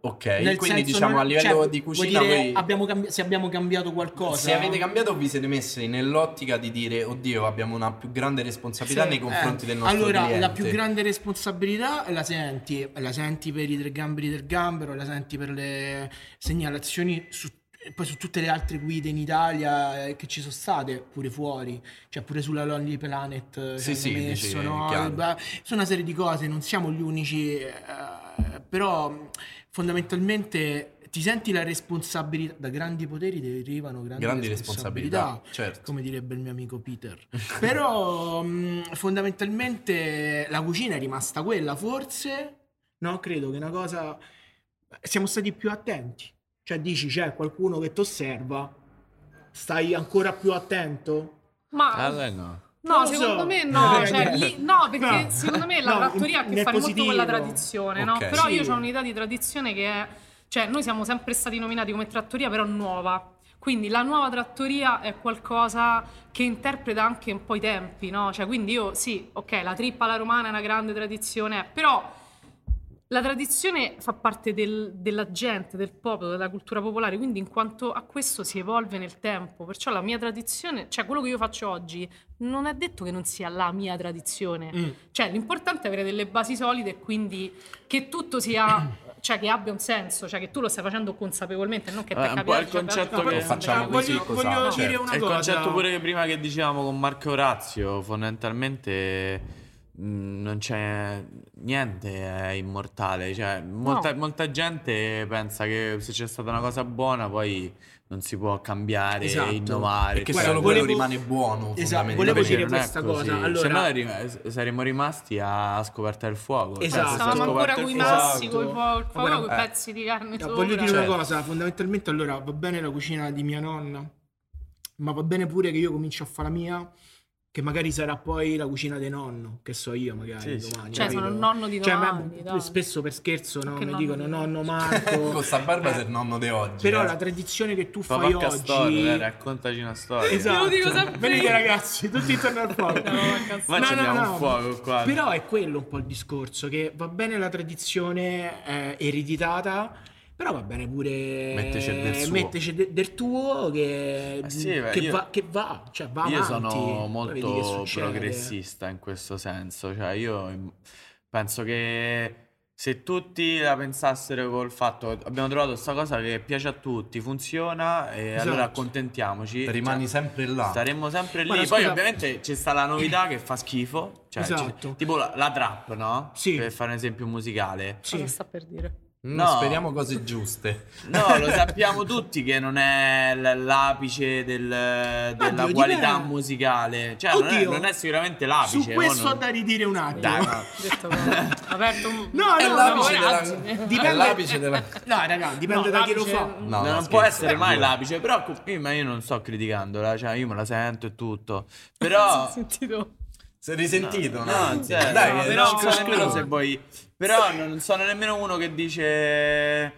Ok, Nel quindi senso, diciamo non- a livello cioè, di vuoi cucina dire, voi... se abbiamo cambiato qualcosa. Se avete cambiato o vi siete messi nell'ottica di dire oddio abbiamo una più grande responsabilità Sì, nei confronti del nostro allora, cliente? la più grande responsabilità la senti per i tre gamberi del gambero, la senti per le segnalazioni poi su tutte le altre guide in Italia che ci sono state, pure fuori, cioè pure sulla Lonely Planet Sì, ci hanno sì, messo, dici, no? chiaro. Sono una serie di cose, non siamo gli unici, però fondamentalmente ti senti la responsabilità, da grandi poteri derivano Grandi responsabilità, certo. come direbbe il mio amico Peter. Però fondamentalmente la cucina è rimasta quella, forse, no? Credo che una cosa... Siamo stati più attenti. Cioè dici, c'è qualcuno che ti osserva, stai ancora più attento? Ma Allora no. no, Non lo secondo so. me no, cioè, Niente. no, perché No. secondo me la No, trattoria ha a che nel fare molto con la positivo. tradizione, no? Ok. Però Sì. io ho un'idea di tradizione che è, cioè noi siamo sempre stati nominati come trattoria, però nuova. Quindi la nuova trattoria è qualcosa che interpreta anche un po' i tempi, no? Cioè quindi io, sì, ok, la trippa alla romana è una grande tradizione, però la tradizione fa parte della gente, del popolo, della cultura popolare, quindi in quanto a questo si evolve nel tempo. Perciò la mia tradizione, cioè quello che io faccio oggi, non è detto che non sia la mia tradizione. Cioè l'importante è avere delle basi solide e quindi che tutto sia, cioè che abbia un senso, cioè che tu lo stai facendo consapevolmente, non che per un po' capire. il concetto cioè, che lo facciamo così, voglio certo. dire una È il cosa. concetto pure che prima che dicevamo con Marco Orazio, fondamentalmente non c'è niente è immortale, cioè molta gente pensa che se c'è stata una cosa buona poi non si può cambiare, Esatto. innovare, Perché Guarda, solo quello rimane buono, Esatto, fondamentalmente. volevo dire non è questa così. cosa. Allora, Se no saremmo rimasti a scoperta del fuoco. Cioè, Esatto. se si è stavamo ancora scoperto con i il fuoco- massi, con il fuoco, Guarda, con i pezzi di carne sopra. voglio dire Certo. una cosa, fondamentalmente allora va bene la cucina di mia nonna, ma va bene pure che io comincio a fare la mia, che magari sarà poi la cucina del nonno, che so io magari Sì, sì. domani. Cioè, capito? sono il nonno di Cioè, domani, dai. spesso per scherzo no, Che mi nonno dicono di- nonno Marco. Con sta barba sei il nonno di oggi. Però la tradizione che tu fai Papà Castoro, oggi... raccontaci una storia. Esatto. Io lo dico sempre Venite io. ragazzi, tutti intorno al fuoco. Ma No, ci no, abbiamo no. un fuoco qua. Però è quello un po' il discorso, che va bene la tradizione ereditata, però va bene pure Metteci del suo. del tuo che, Sì, beh, che io- va, cioè va Io avanti. sono Poi vedi che molto succede. progressista in questo senso, cioè io penso che se tutti la pensassero col fatto che abbiamo trovato questa cosa che piace a tutti, funziona e Esatto. allora accontentiamoci, Rimani cioè, sempre là. staremmo sempre lì. Guarda, Poi scusa- ovviamente c'è sta la novità che fa schifo, cioè, Esatto. tipo la trap, no? Sì. Per fare un esempio musicale. Sì. Cosa sta per dire? No. Speriamo cose giuste. No, lo sappiamo tutti che non è l'apice della Oddio, qualità dipende. musicale. Cioè, Oddio. non è sicuramente l'apice. Su questo mo ho da ridire un attimo. Dai, no. Detto proprio. Aperto un... No, È no, l'apice no, della... dipende- È l'apice della... No, raga, dipende No, da chi lo l'apice- fa. No, non no, può scherzo. essere mai l'apice, però ma io non sto criticandola, cioè io me la sento e tutto. Però Sentito. Sei risentito? no, zero. Dai, no, però non però- so nemmeno se vuoi. Però non sono nemmeno uno che dice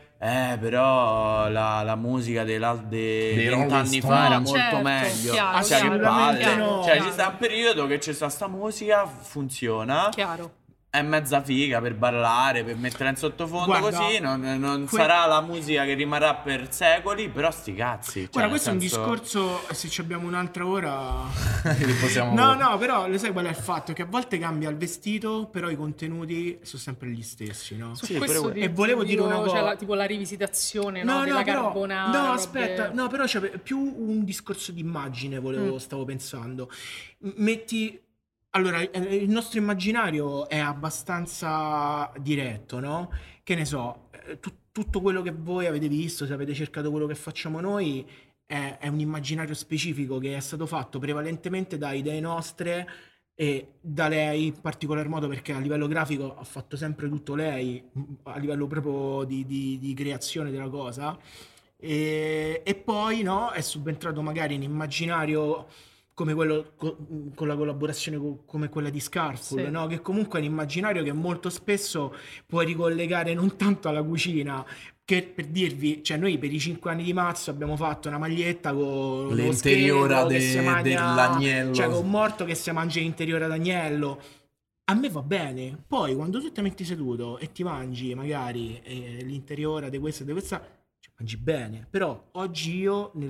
però la musica dei Rolling 20 anni Stones. fa era No, molto certo, meglio. chiaro, Cioè, che chiaro, palle. chiaro, Cioè, chiaro. ci sta un periodo che c'è sta musica, funziona. Chiaro. È mezza figa per ballare, per mettere in sottofondo Guarda, così, non que- sarà la musica che rimarrà per secoli, però sti cazzi. Cioè, Guarda, nel questo è un senso- discorso, se ci abbiamo un'altra ora... Li possiamo... No, però lo sai qual è il fatto? Che a volte cambia il vestito, però i contenuti sono sempre gli stessi, no? Su Sì, questo pure E volevo dire una cosa. Cioè, tipo la rivisitazione, no? Della però, carbonara. no, robe- aspetta, no, però c'è più un discorso di immagine, stavo pensando. Metti, allora, il nostro immaginario è abbastanza diretto, no? Che ne so, tutto quello che voi avete visto, se avete cercato quello che facciamo noi, è un immaginario specifico che è stato fatto prevalentemente da idee nostre e da lei in particolar modo, perché a livello grafico ha fatto sempre tutto lei, a livello proprio di creazione della cosa, e poi no, è subentrato magari un immaginario come quello con la collaborazione come quella di Scarful, Sì. no? Che comunque è un immaginario che molto spesso puoi ricollegare non tanto alla cucina, che per dirvi, cioè noi per i 5 anni di Mazzo abbiamo fatto una maglietta con lo L'interiora scheletro che si mangia- dell'agnello. cioè con un morto che si mangia l'interiore d'agnello. A me va bene. Poi quando tu ti metti seduto e ti mangi magari l'interiore di questa e di questa, cioè, mangi bene. Però oggi io nel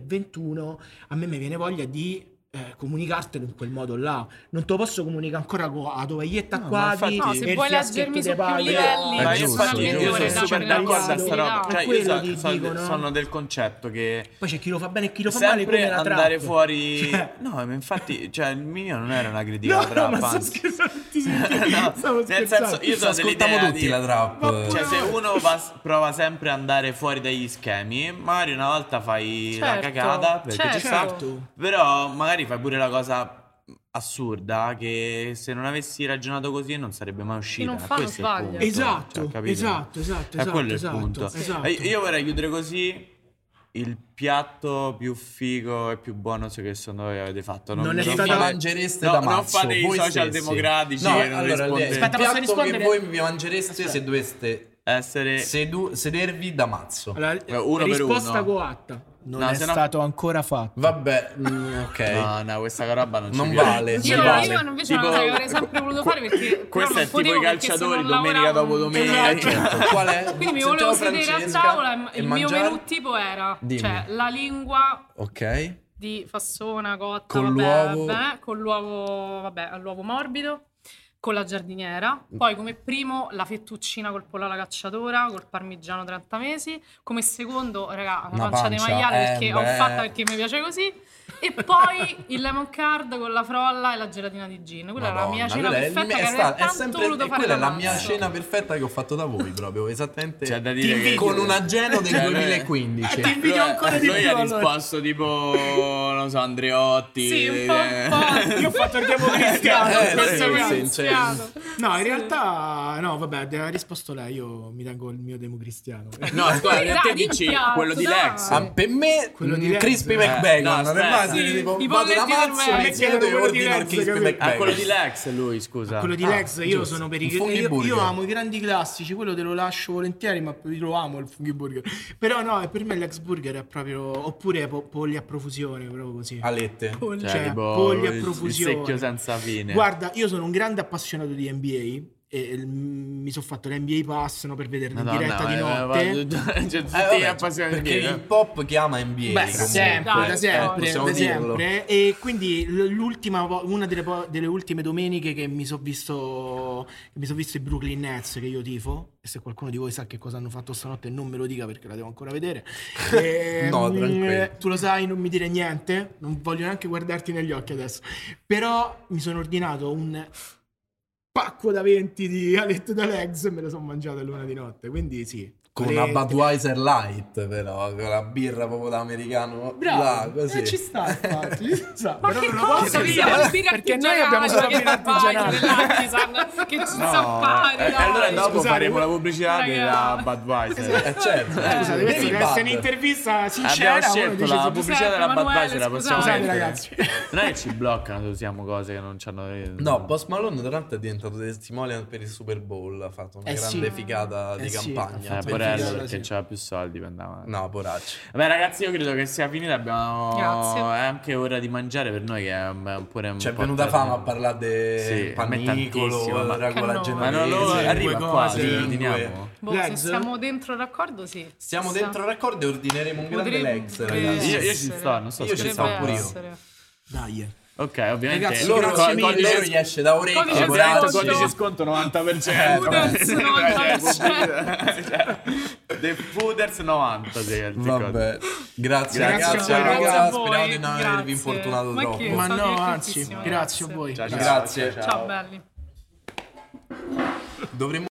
2021 a me mi viene voglia di comunicartelo in quel modo là. Non te lo posso comunicare ancora con la tovaglietta No, qua ma infatti- No, se vuoi leggermi su più livelli, Ma giusto, personalmente io vorrei sono darmi super d'accordo a la sta roba. possibilità. Cioè, io Quello ti dicono. sono del concetto che Poi c'è chi lo fa bene e chi lo fa male, come sempre la andare trap. fuori. Cioè- No, ma infatti, cioè, il mio non era una critica No, alla trap, ma sto anzi. scherzando, ti senti? No, Stavo nel scherzando. senso, io sono Ascoltiamo dell'idea tutti di- la trap. Cioè, se uno prova sempre ad andare fuori dagli schemi, magari una volta fai la Certo, cagata, perché ci sta. certo. Però magari fai pure la cosa assurda che se non avessi ragionato così non sarebbe mai uscita. non fanno Questo è il sbaglia. punto, Esatto, cioè, capito? esatto, È quello esatto, il punto. esatto. Io vorrei chiudere così. Il piatto più figo e più buono che secondo voi avete fatto. Non è Che stata- vi mangereste No, da non mazzo, fate i voi social stessi. democratici No, che non allora, rispondete. Aspetta, il posso piatto rispondere? che voi vi mangereste se doveste Essere sedervi da mazzo. Allora, uno per risposta uno. coatta. Non No, è se no- stato ancora fatto. Vabbè, ok. No, questa roba non ci Non piace. vale. Io, Ci vale. io invece è una cosa che avrei sempre voluto fare perché però Questo non è tipo i potevo perché se calciatori non domenica lavoravo dopo non- domenica. Esatto, qual è? Quindi mi Sentiamo volevo sedere a Francesca tavola e il mio mangiare. menù tipo era Dimmi. cioè la lingua Ok. di fassona cotta Con vabbè, l'uovo. con l'uovo vabbè all'uovo morbido con la giardiniera, poi come primo la fettuccina col pollo alla cacciatora col parmigiano 30 mesi, come secondo raga Una una pancia di pancia, maiale perché beh. ho fatta perché mi piace così e poi il lemon curd con la frolla e la gelatina di gin, quella era la mia Madonna, cena quella è- perfetta che è avrei sta- è tanto sempre- voluto e fare quella è da la mia mazzo. cena perfetta che ho fatto da voi proprio esattamente C'è da dire che con un ageno del Cioè, 2015. ti invidio ancora di lui più, ha allora. risposto tipo non so Andreotti. Sì, un po'. Io ho fatto il democristiano. Questo sì, è sì, cristiano. No, in realtà, no, vabbè, ha risposto lei. Io mi tengo il mio democristiano. No, guarda, Dai, te dai, dici piatto, quello di dai. Lex. Per me Quello di Lex. Crispy no, McBacon, non è aspetta. mai Sì, tipo i vado da polletti del mazzo, Mac. mi siedo e Quello di ordino il Lex, Crispy capito? McBacon. Quello di Lex lui, scusa. Quello di Lex, io giusto. sono per Un i funky io burger. amo i grandi classici, quello te lo lascio volentieri, ma io lo amo il funky burger. Però no, per me l'ex burger è proprio oppure polli a profusione, proprio così. Alette. Cioè, Cioè, tipo polli a il profusione. secchio senza fine. Guarda, io sono un grande appassionato di NBA e mi sono fatto l'NBA Pass no, per vederlo in diretta di notte. C'è tutti Vabbè, appassionati perché di il pop chiama NBA. Beh, comunque. sempre, Dai, da sempre, possiamo da dirlo. sempre. E quindi una delle ultime domeniche che mi sono visto i Brooklyn Nets che io tifo. E se qualcuno di voi sa che cosa hanno fatto stanotte non me lo dica perché la devo ancora vedere. No, tranquillo. Tu lo sai, non mi dire niente, non voglio neanche guardarti negli occhi adesso. Però mi sono ordinato un pacco da 20 di alette da Legs e me le sono mangiate all'una di notte. Quindi sì. Con una Alette. Budweiser Light, però, con la birra proprio da americano. Bravo, là, così. ci sta infatti, ci sta. Ma Però che non lo posso cosa? dire, Perché noi abbiamo solo birra artigianale. Che ci No, sa fare, e allora dai. dopo Scusate, faremo la pubblicità raga. della Budweiser. Certo. Scusate, Baby questa deve essere Bud. un'intervista sincera. Abbiamo uno scelto dice la sì, pubblicità della Emanuele, Budweiser, la possiamo scusate, mettere. ragazzi. Non è che ci bloccano se usiamo cose che non c'hanno. No, Post Malone tra l'altro è diventato testimonial per il Super Bowl, ha fatto una sì. grande figata di sì, campagna. ha fatto Porello figata, perché sì. c'aveva più soldi per andare avanti. No, poracci. Vabbè ragazzi, io credo che sia finita. Abbiamo Grazie. È anche ora di mangiare per noi che è pure un Ci è po' venuta tardi. fama a parlare di Sì, a me pannicolo, tantissimo, ma- ragola Che no. Ma non lo genovese, arriva due qua, cose, ordiniamo. Boh, se Legs? stiamo dentro il raccordo, sì. Stiamo dentro il raccordo e ordineremo un grande Potrebbe Legs, ragazzi. Io ci sto, non so Io ci se sto Potrebbe pure io. essere. Dai. Ok, ovviamente Ragazzi, Loro, grazie co- mille. loro gli esce da orecchio, Codice Ovviamente sconto. codice sconto 90%. Fooders 90%. The Fooders 90, sì, il Vabbè, grazie Grazie ragazzi, a voi. raga, Grazie a voi, speriamo di non avervi grazie. importunato Ma troppo. che- Ma stato no, divertentissimo, anzi, grazie a voi. Ciao, Grazie. Ciao belli. Dovremmo